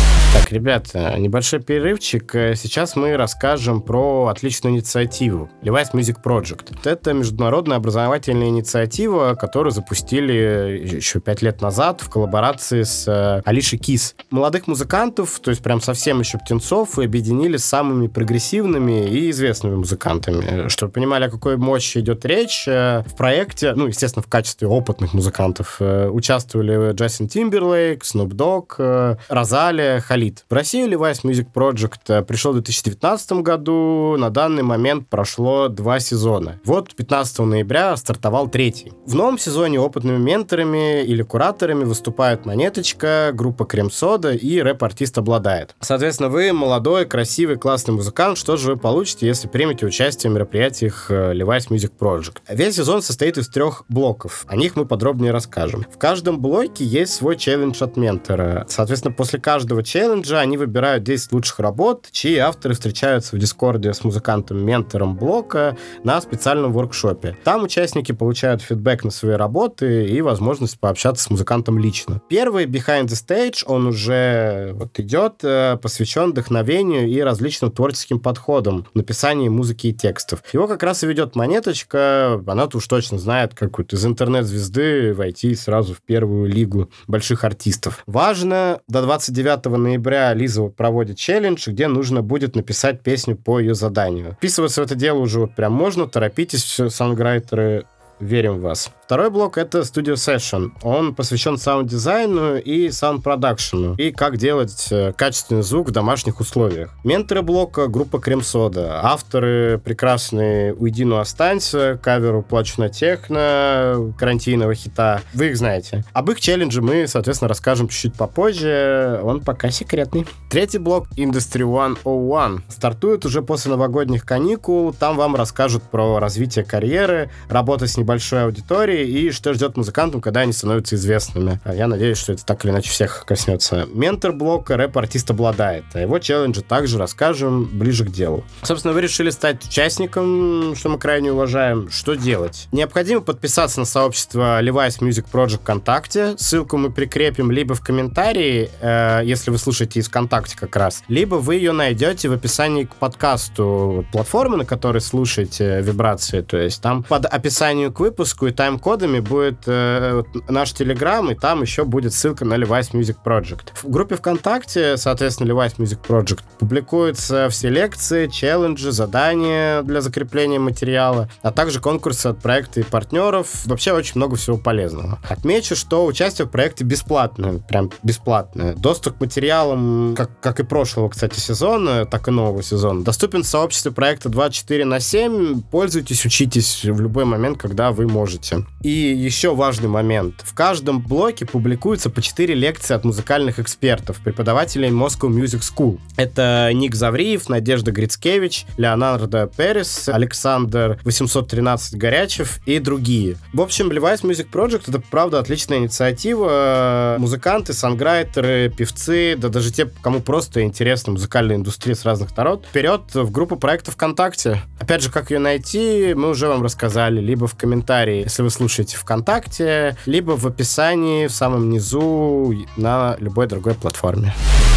Так, ребята, небольшой перерывчик. Сейчас мы расскажем про отличную инициативу Levi's Music Project. Это международная образовательная инициатива, которую запустили еще пять лет назад в коллаборации с Alicia Keys. Молодых музыкантов, то есть прям совсем еще птенцов, объединили с самыми прогрессивными и известными музыкантами. Чтобы вы понимали, о какой мощи идет речь, в проекте, ну, естественно, в качестве опытных музыкантов участвовали Джастин Тимберлейк, Snoop Dogg, Розалия, Халид. В Россию Levi's Music Project пришел в две тысячи девятнадцатом году. На данный момент прошло два сезона. Вот пятнадцатого ноября стартовал третий. В новом сезоне опытными менторами или кураторами выступают Монеточка, группа Крем-Сода и рэп-артист Обладает. Соответственно, вы молодой, красивый, классный музыкант. Что же вы получите, если примете участие в мероприятиях Levi's Music Project? Весь сезон состоит из трех блоков. О них мы подробнее расскажем. В каждом блоке есть свой челлендж от ментора. Соответственно, после каждого челленджа они выбирают десять лучших работ, чьи авторы встречаются в Дискорде с музыкантом-ментором блока на специальном воркшопе. Там участники получают фидбэк на свои работы и возможность пообщаться с музыкантом лично. Первый Behind the Stage, он уже вот идет, посвящен вдохновению и различным творческим подходам в написании музыки и текстов. Его как раз и ведет Монеточка, она-то уж точно знает, как вот из интернет-звезды войти сразу в первую лигу больших артистов. Важно, до двадцать девятого ноября Лиза проводит челлендж, где нужно будет написать песню по ее заданию. Вписываться в это дело уже вот прям можно, торопитесь, саундрайтеры, верим в вас. Второй блок — это Studio Session. Он посвящен саунд-дизайну и саунд-продакшену, и как делать качественный звук в домашних условиях. Менторы блока — группа Крем-Сода. Авторы прекрасные «Уйди, но останься», каверу «Плачу на техно», карантинного хита. Вы их знаете. Об их челлендже мы, соответственно, расскажем чуть-чуть попозже. Он пока секретный. Третий блок Industry сто один стартует уже после новогодних каникул. Там вам расскажут про развитие карьеры, работу с небольшой аудиторией и что ждет музыкантам, когда они становятся известными. Я надеюсь, что это так или иначе всех коснется. Ментор блока рэп-артист Обладает. О его челлендже также расскажем ближе к делу. Собственно, вы решили стать участником, что мы крайне уважаем. Что делать? Необходимо подписаться на сообщество Levi's Music Project ВКонтакте. Ссылку мы прикрепим либо в комментарии, э, если вы слушаете из ВКонтакте как раз, либо вы ее найдете в описании к подкасту платформы, на которой слушаете вибрации. То есть там под описанием к выпуску и тайм-кодами будет э, наш Телеграм, и там еще будет ссылка на Levi's Music Project. В группе ВКонтакте, соответственно, Levi's Music Project, публикуются все лекции, челленджи, задания для закрепления материала, а также конкурсы от проекта и партнеров. Вообще очень много всего полезного. Отмечу, что участие в проекте бесплатное, прям бесплатное. Доступ к материалам, как, как и прошлого, кстати, сезона, так и нового сезона, доступен в сообществе проекта двадцать четыре на семь. Пользуйтесь, учитесь в любой момент, когда вы можете. И еще важный момент. В каждом блоке публикуется по четыре лекции от музыкальных экспертов, преподавателей Moscow Music School. Это Ник Завриев, Надежда Грицкевич, Леонардо Перес, Александр восемьсот тринадцать Горячев и другие. В общем, Levi's Music Project — это, правда, отличная инициатива. Музыканты, санграйтеры, певцы, да даже те, кому просто интересна музыкальная индустрия с разных сторон, вперед в группу проекта ВКонтакте. Опять же, как ее найти, мы уже вам рассказали. Либо в комментарии, если вы слушаете ВКонтакте, либо в описании в самом низу на любой другой платформе.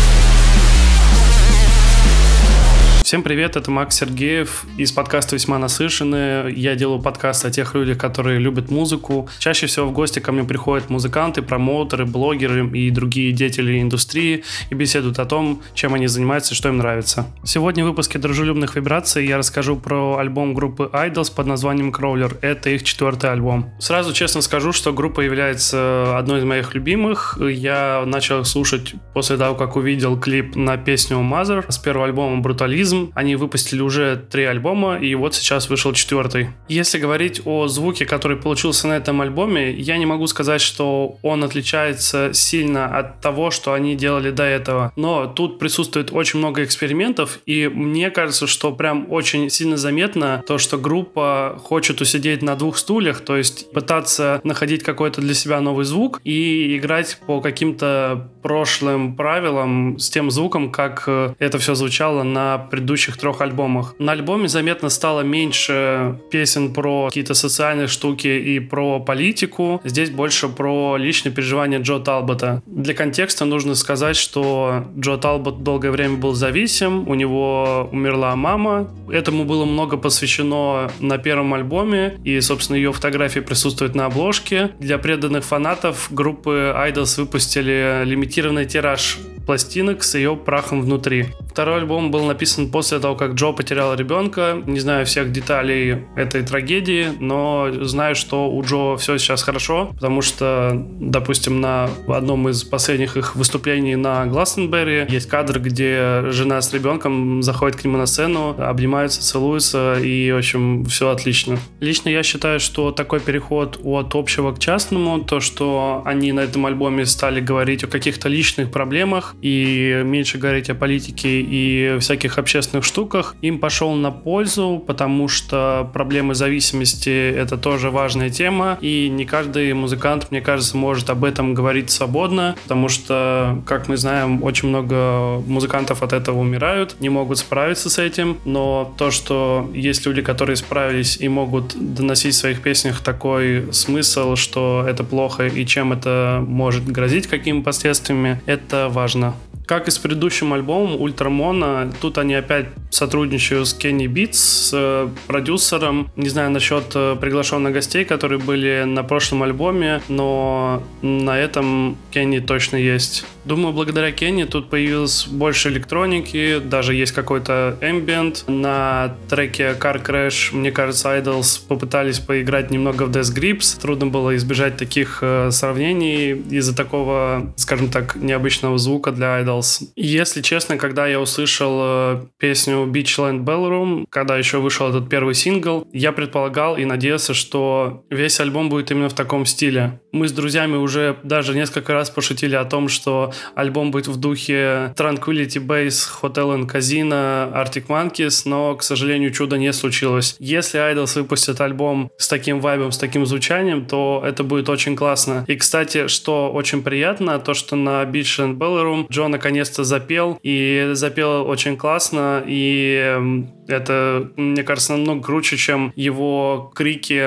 Всем привет, это Макс Сергеев из подкаста «Весьма насыщенные». Я делаю подкаст о тех людях, которые любят музыку. Чаще всего в гости ко мне приходят музыканты, промоутеры, блогеры и другие деятели индустрии и беседуют о том, чем они занимаются и что им нравится. Сегодня в выпуске «Дружелюбных вибраций» я расскажу про альбом группы Idols под названием Crawler. Это их четвертый альбом. Сразу честно скажу, что группа является одной из моих любимых. Я начал слушать после того, как увидел клип на песню Mother с первого альбома «Брутализм». Они выпустили уже три альбома, и вот сейчас вышел четвертый. Если говорить о звуке, который получился на этом альбоме, я не могу сказать, что он отличается сильно от того, что они делали до этого. Но тут присутствует очень много экспериментов, и мне кажется, что прям очень сильно заметно то, что группа хочет усидеть на двух стульях, то есть пытаться находить какой-то для себя новый звук и играть по каким-то прошлым правилам с тем звуком, как это все звучало на предыдущем предыдущих трех альбомах. На альбоме заметно стало меньше песен про какие-то социальные штуки и про политику. Здесь больше про личные переживания Джо Талбота. Для контекста нужно сказать, что Джо Талбот долгое время был зависим, у него умерла мама. Этому было много посвящено на первом альбоме, и, собственно, ее фотографии присутствуют на обложке. Для преданных фанатов группы Idols выпустили лимитированный тираж пластинок с ее прахом внутри. Второй альбом был написан после того, как Джо потерял ребенка. Не знаю всех деталей этой трагедии, но знаю, что у Джо все сейчас хорошо, потому что, допустим, на одном из последних их выступлений на Гластенберри есть кадр, где жена с ребенком заходит к нему на сцену, обнимаются, целуются, и, в общем, все отлично. Лично я считаю, что такой переход от общего к частному, то, что они на этом альбоме стали говорить о каких-то личных проблемах и меньше говорить о политике и всяких общественных штуках, им пошел на пользу, потому что проблемы зависимости — это тоже важная тема, и не каждый музыкант, мне кажется, может об этом говорить свободно, потому что, как мы знаем, очень много музыкантов от этого умирают, не могут справиться с этим, но то, что есть люди, которые справились и могут доносить в своих песнях такой смысл, что это плохо и чем это может грозить, какими последствиями, это важно. Как и с предыдущим альбомом Ультрамона, тут они опять сотрудничают с Kenny Beats, с продюсером. Не знаю насчет приглашенных гостей, которые были на прошлом альбоме, но на этом Kenny точно есть. Думаю, благодаря Kenny тут появилось больше электроники, даже есть какой-то ambient. На треке Car Crash, мне кажется, Idols попытались поиграть немного в Death Grips. Трудно было избежать таких э, сравнений из-за такого, скажем так, необычного звука для Idols. Если честно, когда я услышал э, песню Beachland Ballroom, когда еще вышел этот первый сингл, я предполагал и надеялся, что весь альбом будет именно в таком стиле. Мы с друзьями уже даже несколько раз пошутили о том, что альбом будет в духе Tranquility Base, Hotel and Casino, Arctic Monkeys, но, к сожалению, чуда не случилось. Если Idols выпустят альбом с таким вайбом, с таким звучанием, то это будет очень классно. И, кстати, что очень приятно, то, что на Beachland Ballroom Джо наконец-то запел, и запел очень классно, и это, мне кажется, намного круче, чем его крики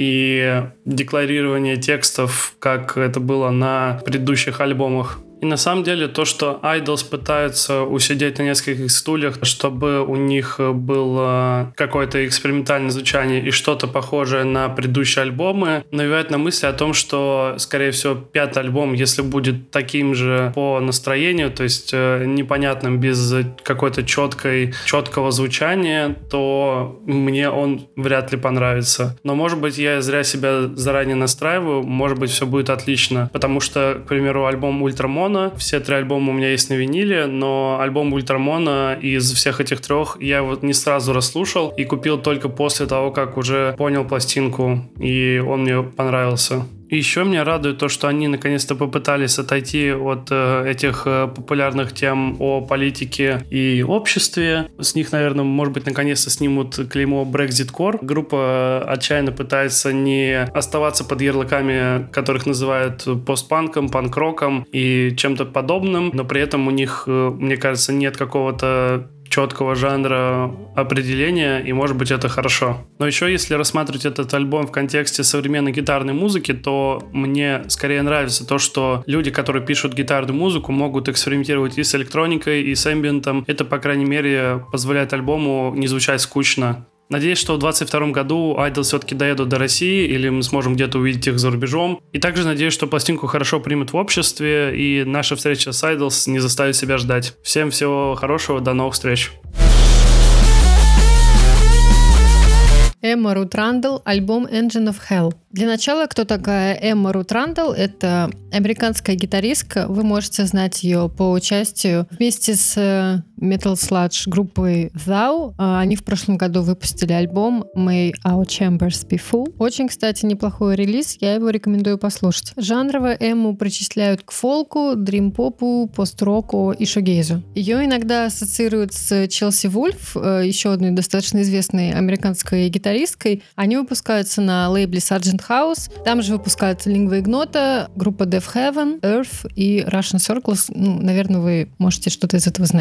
и декларирование текстов, как это было на предыдущих альбомах. И на самом деле то, что Idols пытаются усидеть на нескольких стульях, чтобы у них было какое-то экспериментальное звучание и что-то похожее на предыдущие альбомы, навевает на мысли о том, что, скорее всего, пятый альбом, если будет таким же по настроению, то есть непонятным, без какой-то четкой, четкого звучания, то мне он вряд ли понравится. Но, может быть, я зря себя заранее настраиваю, может быть, все будет отлично, потому что, к примеру, альбом Ультрамон, все три альбома у меня есть на виниле, но альбом Ультрамона из всех этих трех я вот не сразу расслушал и купил только после того, как уже понял пластинку, и он мне понравился. И еще меня радует то, что они наконец-то попытались отойти от э, этих э, популярных тем о политике и обществе. С них, наверное, может быть, наконец-то снимут клеймо Brexit-core. Группа отчаянно пытается не оставаться под ярлыками, которых называют постпанком, панк-роком и чем-то подобным, но при этом у них, э, мне кажется, нет какого-то четкого жанра определения, и, может быть, это хорошо. Но еще, если рассматривать этот альбом в контексте современной гитарной музыки, то мне скорее нравится то, что люди, которые пишут гитарную музыку, могут экспериментировать и с электроникой, и с эмбиентом. Это, по крайней мере, позволяет альбому не звучать скучно. Надеюсь, что в двадцать втором году Idols все-таки доедут до России, или мы сможем где-то увидеть их за рубежом. И также надеюсь, что пластинку хорошо примут в обществе, и наша встреча с Idols не заставит себя ждать. Всем всего хорошего, до новых встреч. Эмма Рут Рандл, альбом Engine of Hell. Для начала, кто такая Эмма Рут Рандл? Это американская гитаристка. Вы можете знать ее по участию вместе с Metal Sludge группой Thou. Они в прошлом году выпустили альбом May Our Chambers Be Full. Очень, кстати, неплохой релиз. Я его рекомендую послушать. Жанрово Эмму причисляют к фолку, дрим-попу, пост-року и шогейзу. Ее иногда ассоциируют с Челси Вульф, еще одной достаточно известной американской гитаристкой. Они выпускаются на лейбле Sargent House. Там же выпускаются Lingua Ignota, группа Deaf Heaven, Earth и Russian Circles. Ну, наверное, вы можете что-то из этого знать. Челси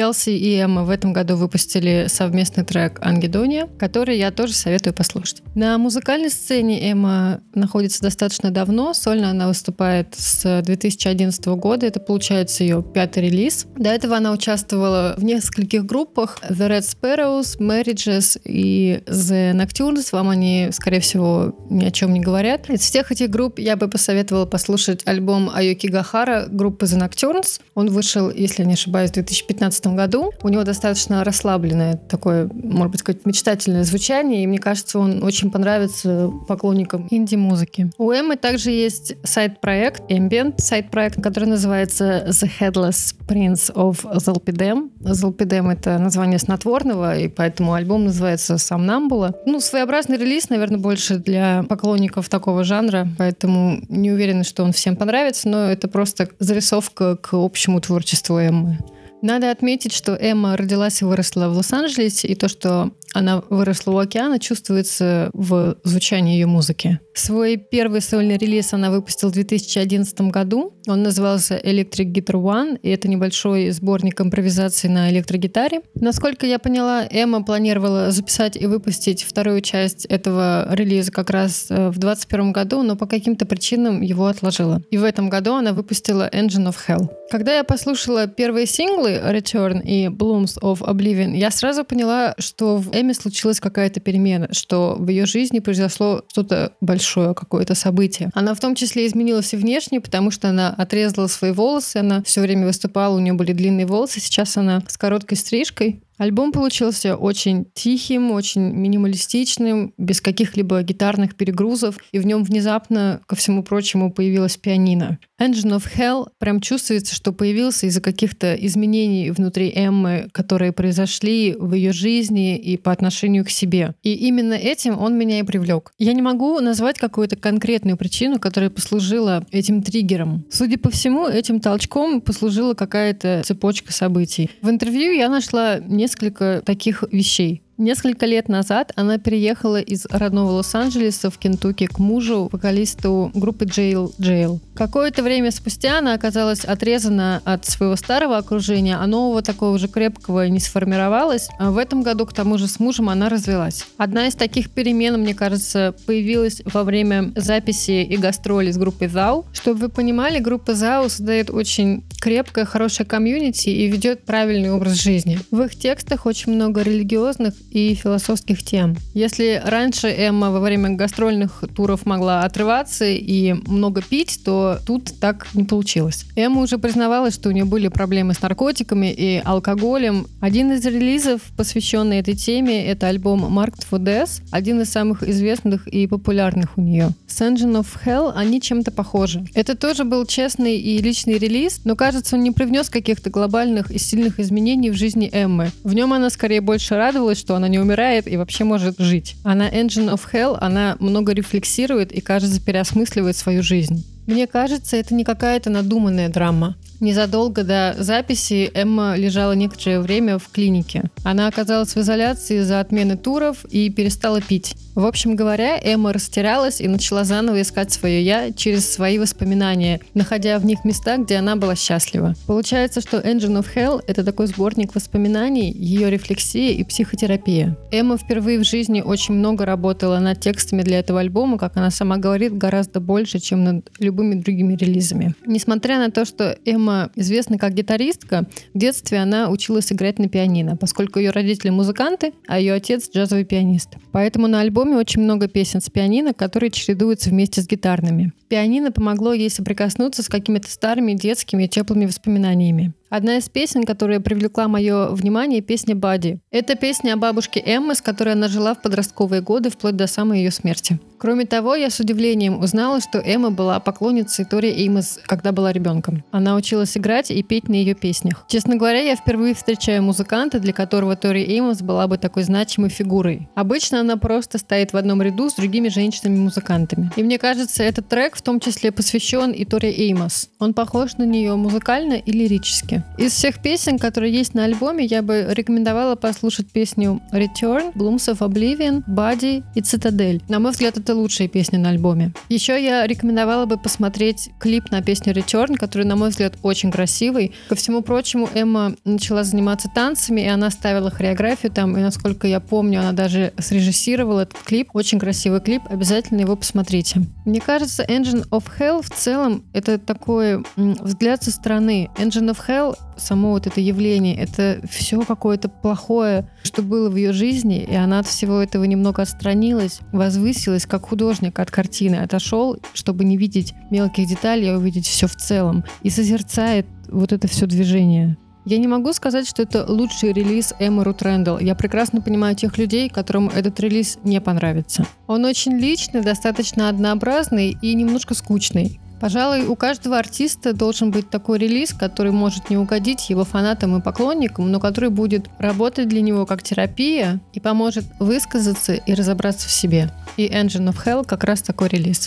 Келси и Эмма в этом году выпустили совместный трек «Ангедония», который я тоже советую послушать. На музыкальной сцене Эмма находится достаточно давно. Сольно она выступает с две тысячи одиннадцатого года. Это, получается, ее пятый релиз. До этого она участвовала в нескольких группах: The Red Sparrows, Marriages и The Nocturnes. Вам они, скорее всего, ни о чем не говорят. Из всех этих групп я бы посоветовала послушать альбом Айоки Гахара группы The Nocturnes. Он вышел, если не ошибаюсь, в две тысячи пятнадцатом году. У него достаточно расслабленное, такое, может быть, какое-то мечтательное звучание, и мне кажется, он очень понравится поклонникам инди-музыки. У Эммы также есть сайт-проект, ambient сайт-проект, который называется The Headless Prince of Zolpidem. Zolpidem — это название снотворного, и поэтому альбом называется Somnambula. Ну, своеобразный релиз, наверное, больше для поклонников такого жанра, поэтому не уверена, что он всем понравится, но это просто зарисовка к общему творчеству Эммы. Надо отметить, что Эмма родилась и выросла в Лос-Анджелесе, и то, что она выросла у океана, чувствуется в звучании ее музыки. Свой первый сольный релиз она выпустила в две тысячи одиннадцатом году. Он назывался Electric Guitar One, и это небольшой сборник импровизаций на электрогитаре. Насколько я поняла, Эмма планировала записать и выпустить вторую часть этого релиза как раз в двадцать первом году, но по каким-то причинам его отложила. И в этом году она выпустила Engine of Hell. Когда я послушала первые синглы Return и Blooms of Oblivion, я сразу поняла, что в Эмме случилась какая-то перемена, что в ее жизни произошло что-то большое, какое-то событие. Она в том числе изменилась и внешне, потому что она отрезала свои волосы, она все время выступала, у нее были длинные волосы, сейчас она с короткой стрижкой. Альбом получился очень тихим, очень минималистичным, без каких-либо гитарных перегрузов, и в нем внезапно, ко всему прочему, появилась пианино. Engine of Hell прям чувствуется, что появился из-за каких-то изменений внутри Эммы, которые произошли в ее жизни и по отношению к себе. И именно этим он меня и привлек. Я не могу назвать какую-то конкретную причину, которая послужила этим триггером. Судя по всему, этим толчком послужила какая-то цепочка событий. В интервью я нашла несколько таких вещей. Несколько лет назад она переехала из родного Лос-Анджелеса в Кентукки к мужу, вокалисту группы Jail Jail. Какое-то время спустя она оказалась отрезана от своего старого окружения, а нового такого же крепкого не сформировалось. А в этом году, к тому же, с мужем она развелась. Одна из таких перемен, мне кажется, появилась во время записи и гастролей с группой зау. Чтобы вы понимали, группа зау создает очень крепкое, хорошее комьюнити и ведет правильный образ жизни. В их текстах очень много религиозных и философских тем. Если раньше Эмма во время гастрольных туров могла отрываться и много пить, то тут так не получилось. Эмма уже признавалась, что у нее были проблемы с наркотиками и алкоголем. Один из релизов, посвященный этой теме, это альбом Marked for Death, один из самых известных и популярных у нее. С Engine of Hell они чем-то похожи. Это тоже был честный и личный релиз, но кажется, он не привнес каких-то глобальных и сильных изменений в жизни Эммы. В нем она скорее больше радовалась, что она не умирает и вообще может жить. А на Engine of Hell она много рефлексирует и, кажется, переосмысливает свою жизнь. Мне кажется, это не какая-то надуманная драма. Незадолго до записи Эмма лежала некоторое время в клинике. Она оказалась в изоляции из-за отмены туров и перестала пить. В общем говоря, Эмма растерялась и начала заново искать свое «я» через свои воспоминания, находя в них места, где она была счастлива. Получается, что Engine of Hell — это такой сборник воспоминаний, ее рефлексия и психотерапия. Эмма впервые в жизни очень много работала над текстами для этого альбома, как она сама говорит, гораздо больше, чем над любыми другими релизами. Несмотря на то, что Эмма известна как гитаристка, в детстве она училась играть на пианино, поскольку ее родители музыканты, а ее отец джазовый пианист. Поэтому на альбоме очень много песен с пианино, которые чередуются вместе с гитарными. Пианино помогло ей соприкоснуться с какими-то старыми детскими теплыми воспоминаниями. Одна из песен, которая привлекла мое внимание, песня «Бадди». Это песня о бабушке Эммы, с которой она жила в подростковые годы, вплоть до самой ее смерти. Кроме того, я с удивлением узнала, что Эмма была поклонницей Тори Эймос, когда была ребенком. Она училась играть и петь на ее песнях. Честно говоря, я впервые встречаю музыканта, для которого Тори Эймос была бы такой значимой фигурой. Обычно она просто стоит в одном ряду с другими женщинами-музыкантами. И мне кажется, этот трек в том числе посвящен и Тори Эймос. Он похож на нее музыкально и лирически. слушайте. Из всех песен, которые есть на альбоме, я бы рекомендовала послушать песню Return, Blooms of Oblivion, Body и Citadel. На мой взгляд, это лучшие песни на альбоме. Еще я рекомендовала бы посмотреть клип на песню Return, который, на мой взгляд, очень красивый. Ко всему прочему, Эмма начала заниматься танцами, и она ставила хореографию там, и, насколько я помню, она даже срежиссировала этот клип. Очень красивый клип, обязательно его посмотрите. Мне кажется, Engine of Hell в целом это такой м, взгляд со стороны. Engine of Hell, само вот это явление, это все какое-то плохое, что было в ее жизни, и она от всего этого немного отстранилась, возвысилась как художник от картины, отошел, чтобы не видеть мелких деталей, а увидеть все в целом, и созерцает вот это все движение. Я не могу сказать, что это лучший релиз Эммы Рут Рэндалл. Я прекрасно понимаю тех людей, которым этот релиз не понравится. Он очень личный, достаточно однообразный и немножко скучный. Пожалуй, у каждого артиста должен быть такой релиз, который может не угодить его фанатам и поклонникам, но который будет работать для него как терапия и поможет высказаться и разобраться в себе. И Engine of Hell как раз такой релиз.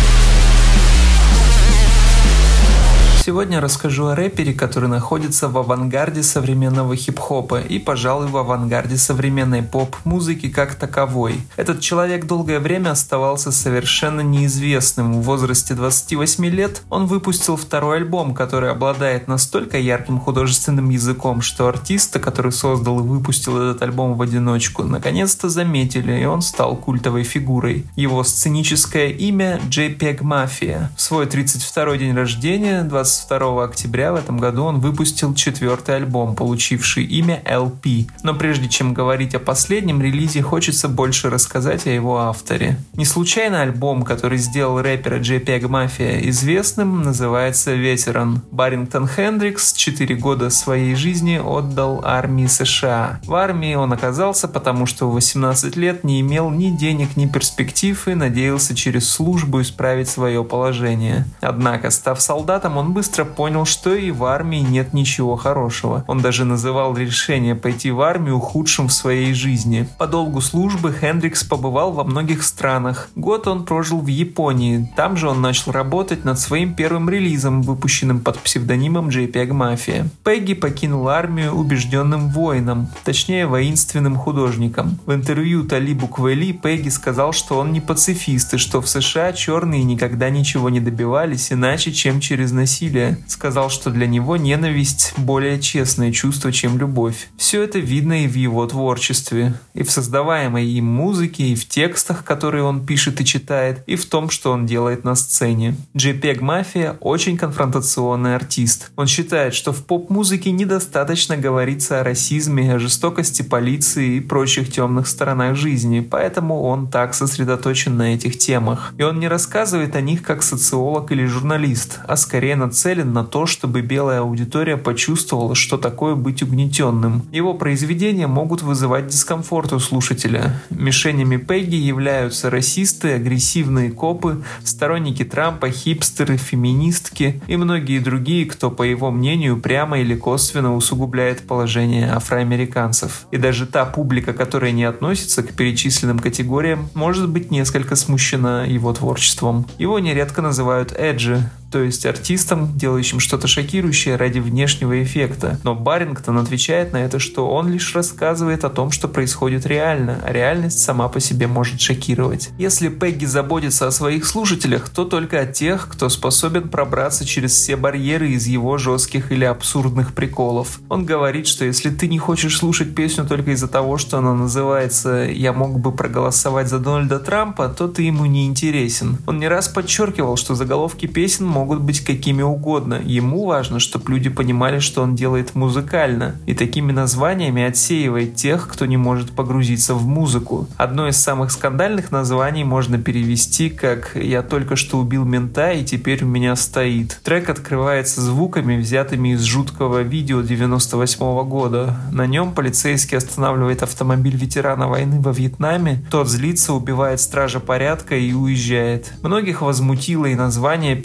Сегодня расскажу о рэпере, который находится в авангарде современного хип-хопа и, пожалуй, в авангарде современной поп-музыки как таковой. Этот человек долгое время оставался совершенно неизвестным. В возрасте двадцати восьми лет он выпустил второй альбом, который обладает настолько ярким художественным языком, что артиста, который создал и выпустил этот альбом в одиночку, наконец-то заметили, и он стал культовой фигурой. Его сценическое имя джей пег Mafia. В свой тридцать второй день рождения, двадцать второго октября в этом году, он выпустил четвертый альбом, получивший имя эл пи. Но прежде чем говорить о последнем релизе, хочется больше рассказать о его авторе. Не случайно альбом, который сделал рэпера джей пег Mafia известным, называется «Ветеран». Баррингтон Хендрикс четыре года своей жизни отдал армии США. В армии он оказался, потому что в восемнадцать лет не имел ни денег, ни перспектив и надеялся через службу исправить свое положение. Однако, став солдатом, он быстро понял, что и в армии нет ничего хорошего. Он даже называл решение пойти в армию худшим в своей жизни. По долгу службы Хендрикс побывал во многих странах. Год он прожил в Японии. Там же он начал работать над своим первым релизом, выпущенным под псевдонимом джей пег Mafia. Пегги покинул армию убежденным воином, точнее воинственным художником. В интервью Талибу Квели Пегги сказал, что он не пацифист и что в США черные никогда ничего не добивались иначе, чем через насилие. Сказал, что для него ненависть более честное чувство, чем любовь. Все это видно и в его творчестве, и в создаваемой им музыке, и в текстах, которые он пишет и читает, и в том, что он делает на сцене. джей пег Mafia очень конфронтационный артист. Он считает, что в поп-музыке недостаточно говорится о расизме, о жестокости полиции и прочих темных сторонах жизни, поэтому он так сосредоточен на этих темах. И он не рассказывает о них как социолог или журналист, а скорее нацелен на то, чтобы белая аудитория почувствовала, что такое быть угнетенным. Его произведения могут вызывать дискомфорт у слушателя. Мишенями Пегги являются расисты, агрессивные копы, сторонники Трампа, хипстеры, феминистки и многие другие, кто, по его мнению, прямо или косвенно усугубляет положение афроамериканцев. И даже та публика, которая не относится к перечисленным категориям, может быть несколько смущена его творчеством. Его нередко называют эджи, то есть артистом, делающим что-то шокирующее ради внешнего эффекта. Но Баррингтон отвечает на это, что он лишь рассказывает о том, что происходит реально, а реальность сама по себе может шокировать. Если Пегги заботится о своих слушателях, то только о тех, кто способен пробраться через все барьеры из его жестких или абсурдных приколов. Он говорит, что если ты не хочешь слушать песню только из-за того, что она называется «Я мог бы проголосовать за Дональда Трампа», то ты ему не интересен. Он не раз подчеркивал, что заголовки песен могут могут быть какими угодно. Ему важно, чтобы люди понимали, что он делает музыкально, и такими названиями отсеивает тех, кто не может погрузиться в музыку. Одно из самых скандальных названий можно перевести как «Я только что убил мента, и теперь у меня стоит». Трек открывается звуками, взятыми из жуткого видео девяносто восьмого года. На нем полицейский останавливает автомобиль ветерана войны во Вьетнаме, тот злится, убивает стража порядка и уезжает. Многих возмутило и название песни, и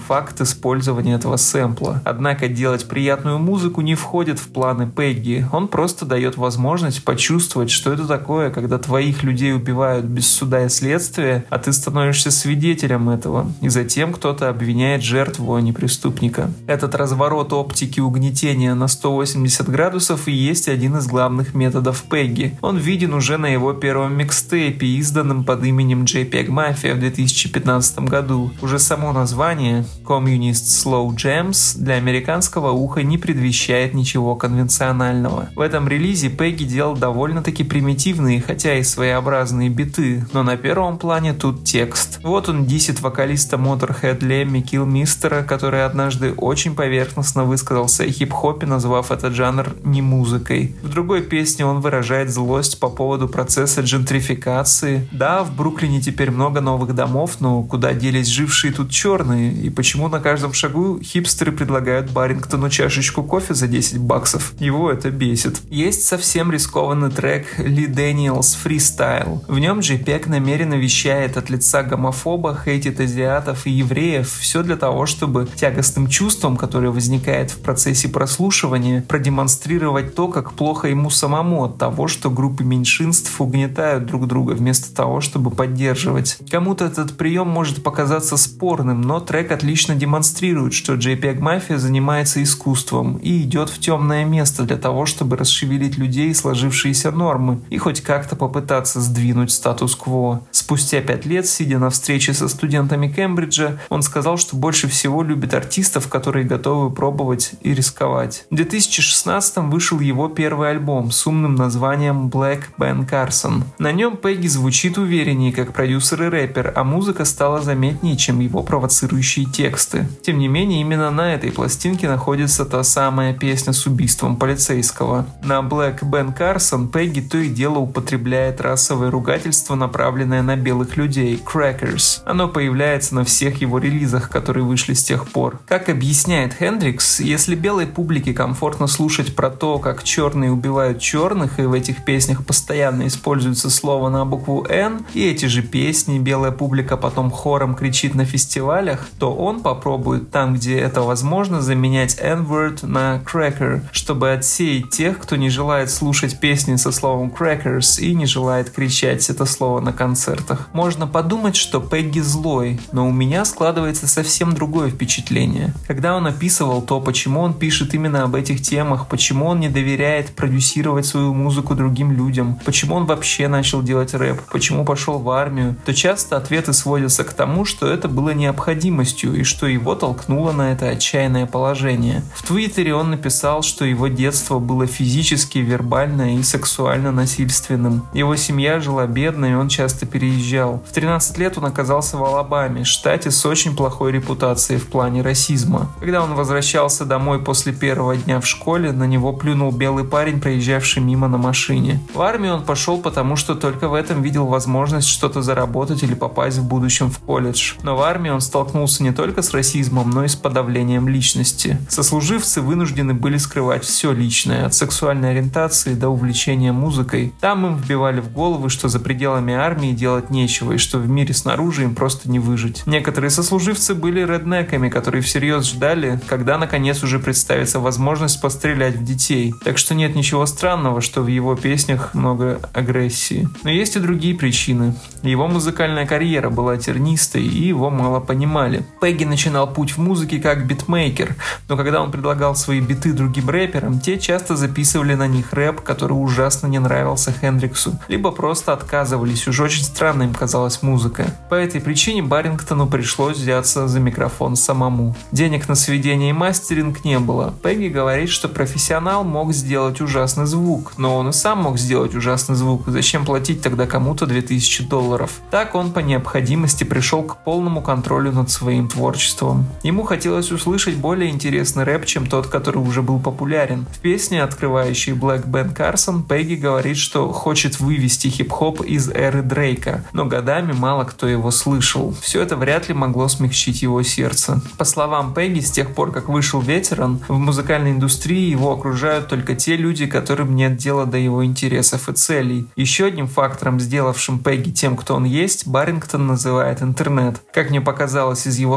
факт использования этого сэмпла. Однако делать приятную музыку не входит в планы Пегги. Он просто дает возможность почувствовать, что это такое, когда твоих людей убивают без суда и следствия, а ты становишься свидетелем этого, и затем кто-то обвиняет жертву, а не преступника. Этот разворот оптики угнетения на сто восемьдесят градусов и есть один из главных методов Пегги. Он виден уже на его первом микстейпе, изданном под именем JPEG Mafia в две тысячи пятнадцатом году. Уже само название Communist Slow Jams для американского уха не предвещает ничего конвенционального. В этом релизе Пегги делал довольно-таки примитивные, хотя и своеобразные биты, но на первом плане тут текст. Вот он дисит вокалиста Motorhead Лемми Килмистера, который однажды очень поверхностно высказался о хип-хопе, назвав этот жанр не музыкой. В другой песне он выражает злость по поводу процесса джентрификации. Да, в Бруклине теперь много новых домов, но куда делись жившие тут черные? И почему на каждом шагу хипстеры предлагают Барингтону чашечку кофе за десять баксов? Его это бесит. Есть совсем рискованный трек Ли Дэниелс Freestyle. В нем JPEG намеренно вещает от лица гомофоба, хейтит азиатов и евреев. Все для того, чтобы тягостным чувством, которое возникает в процессе прослушивания, продемонстрировать то, как плохо ему самому от того, что группы меньшинств угнетают друг друга вместо того, чтобы поддерживать. Кому-то этот прием может показаться спорным, но трек отлично демонстрирует, что JPEG Mafia занимается искусством и идет в темное место для того, чтобы расшевелить людей и сложившиеся нормы и хоть как-то попытаться сдвинуть статус-кво. Спустя пять лет, сидя на встрече со студентами Кембриджа, он сказал, что больше всего любит артистов, которые готовы пробовать и рисковать. В две тысячи шестнадцатом вышел его первый альбом с умным названием Black Ben Carson. На нем Пегги звучит увереннее как продюсер и рэпер, а музыка стала заметнее, чем его провоцирующие тексты. Тем не менее, именно на этой пластинке находится та самая песня с убийством полицейского. На Black Ben Carson Пегги то и дело употребляет расовое ругательство, направленное на белых людей – crackers. Оно появляется на всех его релизах, которые вышли с тех пор. Как объясняет Хендрикс, если белой публике комфортно слушать про то, как черные убивают черных, и в этих песнях постоянно используется слово на букву N, и эти же песни белая публика потом хором кричит на фестивалях, то он попробует там, где это возможно, заменять N-word на cracker, чтобы отсеять тех, кто не желает слушать песни со словом crackers и не желает кричать это слово на концертах. Можно подумать, что Пегги злой, но у меня складывается совсем другое впечатление. Когда он описывал то, почему он пишет именно об этих темах, почему он не доверяет продюсировать свою музыку другим людям, почему он вообще начал делать рэп, почему пошел в армию, то часто ответы сводятся к тому, что это было необходимостью и что его толкнуло на это отчаянное положение. В Твиттере он написал, что его детство было физически, вербально и сексуально насильственным. Его семья жила бедно, и он часто переезжал. В тринадцать лет он оказался в Алабаме, штате с очень плохой репутацией в плане расизма. Когда он возвращался домой после первого дня в школе, на него плюнул белый парень, проезжавший мимо на машине. В армию он пошел, потому что только в этом видел возможность что-то заработать или попасть в будущем в колледж. Но в армии он столкнулся не только с расизмом, но и с подавлением личности. Сослуживцы вынуждены были скрывать все личное, от сексуальной ориентации до увлечения музыкой. Там им вбивали в головы, что за пределами армии делать нечего и что в мире снаружи им просто не выжить. Некоторые сослуживцы были реднеками, которые всерьез ждали, когда наконец уже представится возможность пострелять в детей. Так что нет ничего странного, что в его песнях много агрессии. Но есть и другие причины. Его музыкальная карьера была тернистой, и его мало понимали. Пегги начинал путь в музыке как битмейкер, но когда он предлагал свои биты другим рэперам, те часто записывали на них рэп, который ужасно не нравился Хендриксу, либо просто отказывались, уж очень странно им казалась музыка. По этой причине Барингтону пришлось взяться за микрофон самому. Денег на сведение и мастеринг не было. Пегги говорит, что профессионал мог сделать ужасный звук, но он и сам мог сделать ужасный звук, зачем платить тогда кому-то две тысячи долларов? Так он по необходимости пришел к полному контролю над своим творчеством. Ему хотелось услышать более интересный рэп, чем тот, который уже был популярен. В песне, открывающей Black Ben Carson, Пегги говорит, что хочет вывести хип-хоп из эры Дрейка, но годами мало кто его слышал. Все это вряд ли могло смягчить его сердце. По словам Пегги, с тех пор, как вышел Ветеран, в музыкальной индустрии его окружают только те люди, которым нет дела до его интересов и целей. Еще одним фактором, сделавшим Пегги тем, кто он есть, Барингтон называет интернет. Как мне показалось из его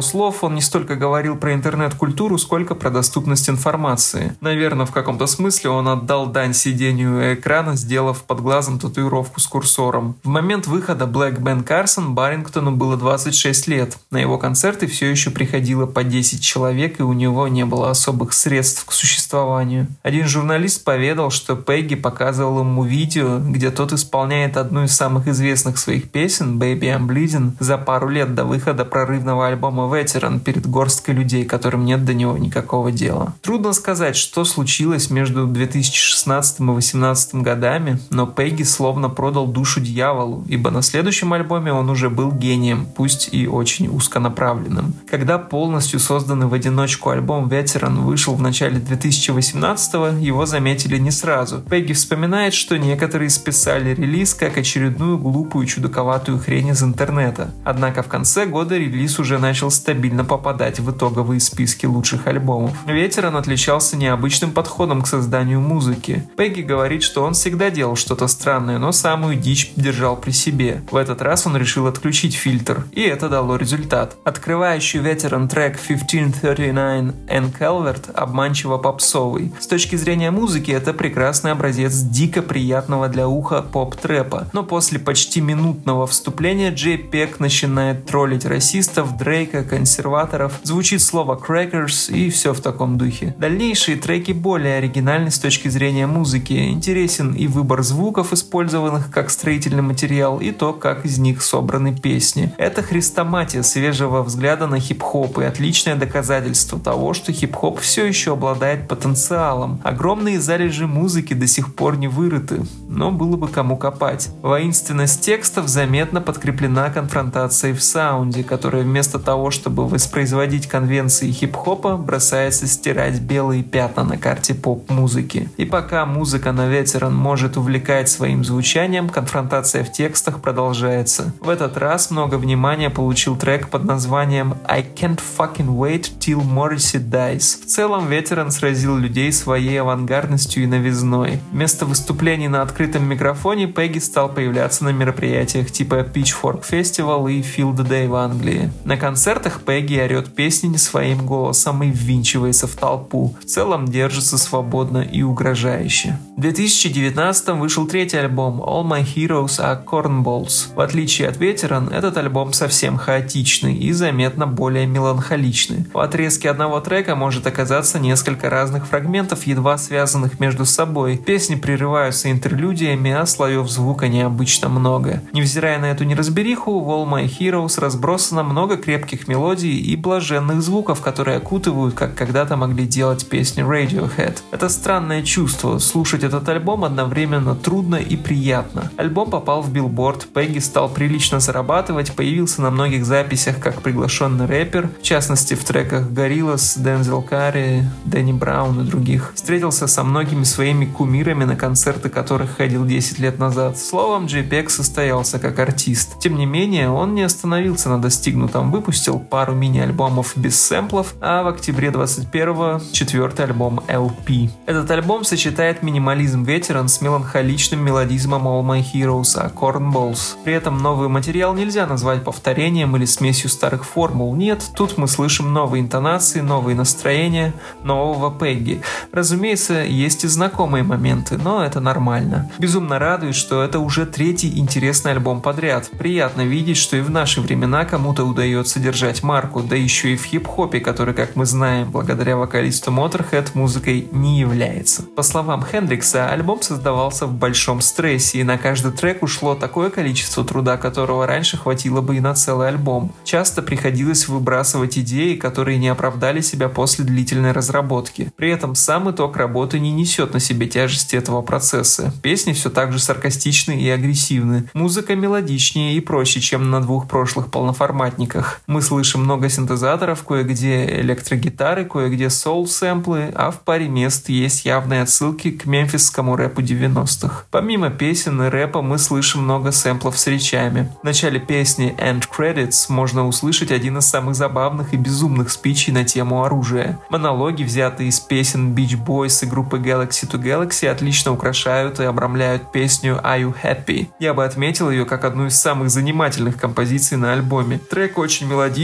слов, он не столько говорил про интернет-культуру, сколько про доступность информации. Наверное, в каком-то смысле он отдал дань сидению экрана, сделав под глазом татуировку с курсором. В момент выхода Black Ben Carson Баррингтону было двадцать шесть лет. На его концерты все еще приходило по десять человек, и у него не было особых средств к существованию. Один журналист поведал, что Пегги показывал ему видео, где тот исполняет одну из самых известных своих песен «Baby I'm Bleeding» за пару лет до выхода прорывного альбома «Veteran» перед горсткой людей, которым нет до него никакого дела. Трудно сказать, что случилось между две тысячи шестнадцатым и две тысячи восемнадцатым годами, но Пегги словно продал душу дьяволу, ибо на следующем альбоме он уже был гением, пусть и очень узконаправленным. Когда полностью созданный в одиночку альбом «Veteran» вышел в начале две тысячи восемнадцатого, его заметили не сразу. Пегги вспоминает, что некоторые списали релиз как очередную глупую чудаковатую хрень из интернета. Однако в конце года релиз уже начал стабильно попадать в итоговые списки лучших альбомов. «Veteran» отличался необычным подходом к созданию музыки. Пегги говорит, что он всегда делал что-то странное, но самую дичь держал при себе. В этот раз он решил отключить фильтр, и это дало результат. Открывающий «Veteran» трек пятнадцать тридцать девять Энн Calvert обманчиво попсовый. С точки зрения музыки это прекрасный образец дико приятного для уха поп-трэпа, но после почти минутного вступления Джей Пек начинает троллить расистов, Дрейка, консерваторов, звучит слово «crackers» и все в таком духе. Дальнейшие треки более оригинальны с точки зрения музыки, интересен и выбор звуков, использованных как строительный материал, и то, как из них собраны песни. Это хрестоматия свежего взгляда на хип-хоп и отличное доказательство того, что хип-хоп все еще обладает потенциалом. Огромные залежи музыки до сих пор не вырыты, но было бы кому копать. Воинственность текстов заметно подкреплена конфронтацией в саунде, которая вместо того, чтобы воспроизводить конвенции хип-хопа, бросается стирать белые пятна на карте поп-музыки. И пока музыка на «Veteran» может увлекать своим звучанием, конфронтация в текстах продолжается. В этот раз много внимания получил трек под названием «I Can't Fucking Wait Till Morrissey Dies». В целом «Veteran» сразил людей своей авангардностью и новизной. Вместо выступлений на открытом микрофоне Пегги стал появляться на мероприятиях типа Pitchfork Festival и Field Day в Англии. На концертах Пегги орет песни не своим голосом и ввинчивается в толпу. В целом держится свободно и угрожающе. В две тысячи девятнадцатом вышел третий альбом All My Heroes Are Cornballs. В отличие от «Veteran», этот альбом совсем хаотичный и заметно более меланхоличный. В отрезке одного трека может оказаться несколько разных фрагментов, едва связанных между собой. Песни прерываются интерлюдиями, а слоев звука необычно много. Невзирая на эту неразбериху, в All My Heroes разбросано много крепких мелодий и блаженных звуков, которые окутывают, как когда-то могли делать песни Radiohead. Это странное чувство — слушать этот альбом одновременно трудно и приятно. Альбом попал в Billboard, Пегги стал прилично зарабатывать, появился на многих записях как приглашенный рэпер, в частности в треках Gorillaz, Дензел Карри, Дэнни Браун и других. Встретился со многими своими кумирами, на концерты которых ходил десять лет назад. Словом, Джей Пек состоялся как артист. Тем не менее, он не остановился на достигнутом, выпустил пару мини-альбомов без сэмплов, а в октябре двадцать первого четвертый альбом эл пи. Этот альбом сочетает минимализм «Veteran» с меланхоличным мелодизмом All My Heroes Are Cornballs. При этом новый материал нельзя назвать повторением или смесью старых формул. Нет, тут мы слышим новые интонации, новые настроения, нового Пегги. Разумеется, есть и знакомые моменты, но это нормально. Безумно радует, что это уже третий интересный альбом подряд. Приятно видеть, что и в наши времена кому-то удается держать марку, да еще и в хип-хопе, который, как мы знаем, благодаря вокалисту Motorhead, музыкой не является. По словам Хендрикса, альбом создавался в большом стрессе, и на каждый трек ушло такое количество труда, которого раньше хватило бы и на целый альбом. Часто приходилось выбрасывать идеи, которые не оправдали себя после длительной разработки. При этом сам итог работы не несет на себе тяжести этого процесса. Песни все так же саркастичны и агрессивны. Музыка мелодичнее и проще, чем на двух прошлых полноформатниках. Мы слышим много синтезаторов, кое-где электрогитары, кое-где соул-сэмплы, а в паре мест есть явные отсылки к мемфисскому рэпу девяностых. Помимо песен и рэпа мы слышим много сэмплов с речами. В начале песни End Credits можно услышать один из самых забавных и безумных спичей на тему оружия. Монологи, взятые из песен Beach Boys и группы Galaxy to Galaxy, отлично украшают и обрамляют песню Are You Happy? Я бы отметил ее как одну из самых занимательных композиций на альбоме. Трек очень мелодичный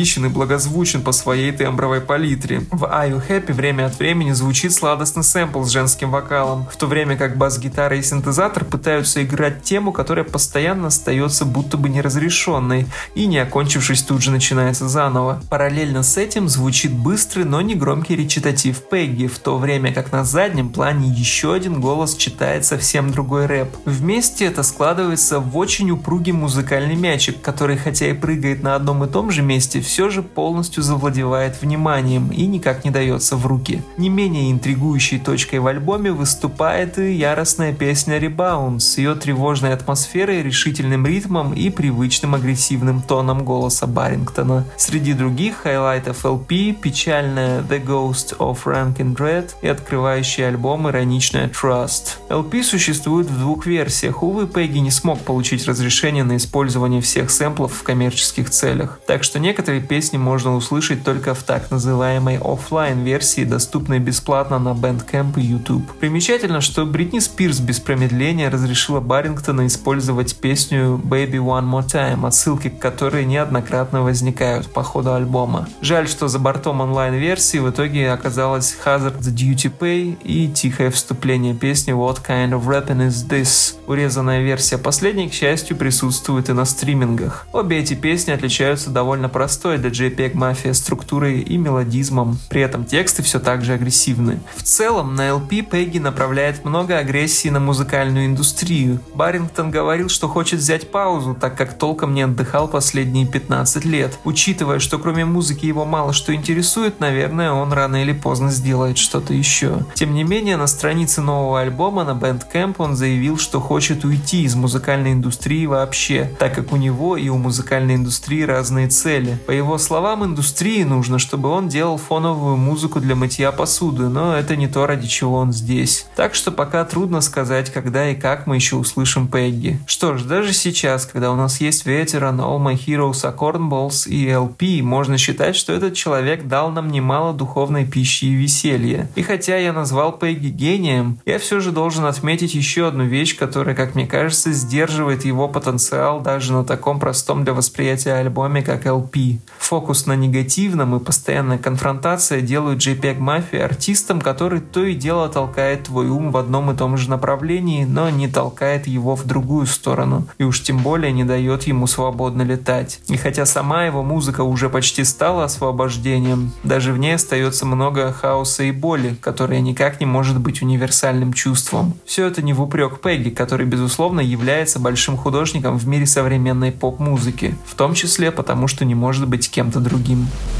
насыщен и благозвучен по своей тембровой палитре. В Are You Happy время от времени звучит сладостный сэмпл с женским вокалом, в то время как бас-гитара и синтезатор пытаются играть тему, которая постоянно остается будто бы неразрешенной и, не окончившись, тут же начинается заново. Параллельно с этим звучит быстрый, но не громкий речитатив Пегги, в то время как на заднем плане еще один голос читает совсем другой рэп. Вместе это складывается в очень упругий музыкальный мячик, который, хотя и прыгает на одном и том же месте, все же полностью завладевает вниманием и никак не дается в руки. Не менее интригующей точкой в альбоме выступает и яростная песня Rebound с ее тревожной атмосферой, решительным ритмом и привычным агрессивным тоном голоса Баррингтона. Среди других хайлайтов эл пи печальная The Ghost of Rankin Dread и открывающий альбом ироничная Trust. эл пи существует в двух версиях. Увы, Пегги не смог получить разрешение на использование всех сэмплов в коммерческих целях, так что некоторые песни можно услышать только в так называемой офлайн версии, доступной бесплатно на Bandcamp и YouTube. Примечательно, что Бритни Спирс без промедления разрешила Баррингтона использовать песню Baby One More Time, отсылки к которой неоднократно возникают по ходу альбома. Жаль, что за бортом онлайн-версии в итоге оказалась Hazard Duty Pay и тихое вступление песни What Kind of Rapping Is This. Урезанная версия последней, к счастью, присутствует и на стримингах. Обе эти песни отличаются довольно простой для джей пег Mafia структурой и мелодизмом, при этом тексты все так же агрессивны. В целом, на эл пи Пегги направляет много агрессии на музыкальную индустрию. Баррингтон говорил, что хочет взять паузу, так как толком не отдыхал последние пятнадцать лет. Учитывая, что кроме музыки его мало что интересует, наверное, он рано или поздно сделает что-то еще. Тем не менее, на странице нового альбома на Bandcamp он заявил, что хочет уйти из музыкальной индустрии вообще, так как у него и у музыкальной индустрии разные цели. По его словам, индустрии нужно, чтобы он делал фоновую музыку для мытья посуды, но это не то, ради чего он здесь. Так что пока трудно сказать, когда и как мы еще услышим Пегги. Что ж, даже сейчас, когда у нас есть Veteran, All My Heroes Are Cornballs и эл пи, можно считать, что этот человек дал нам немало духовной пищи и веселья. И хотя я назвал Пегги гением, я все же должен отметить еще одну вещь, которая, как мне кажется, сдерживает его потенциал даже на таком простом для восприятия альбоме, как эл пи. Фокус на негативном и постоянная конфронтация делают джей пег Mafia артистом, который то и дело толкает твой ум в одном и том же направлении, но не толкает его в другую сторону, и уж тем более не дает ему свободно летать. И хотя сама его музыка уже почти стала освобождением, даже в ней остается много хаоса и боли, которая никак не может быть универсальным чувством. Все это не в упрек Пегги, который, безусловно, является большим художником в мире современной поп-музыки, в том числе потому, что не может быть кем-то другим.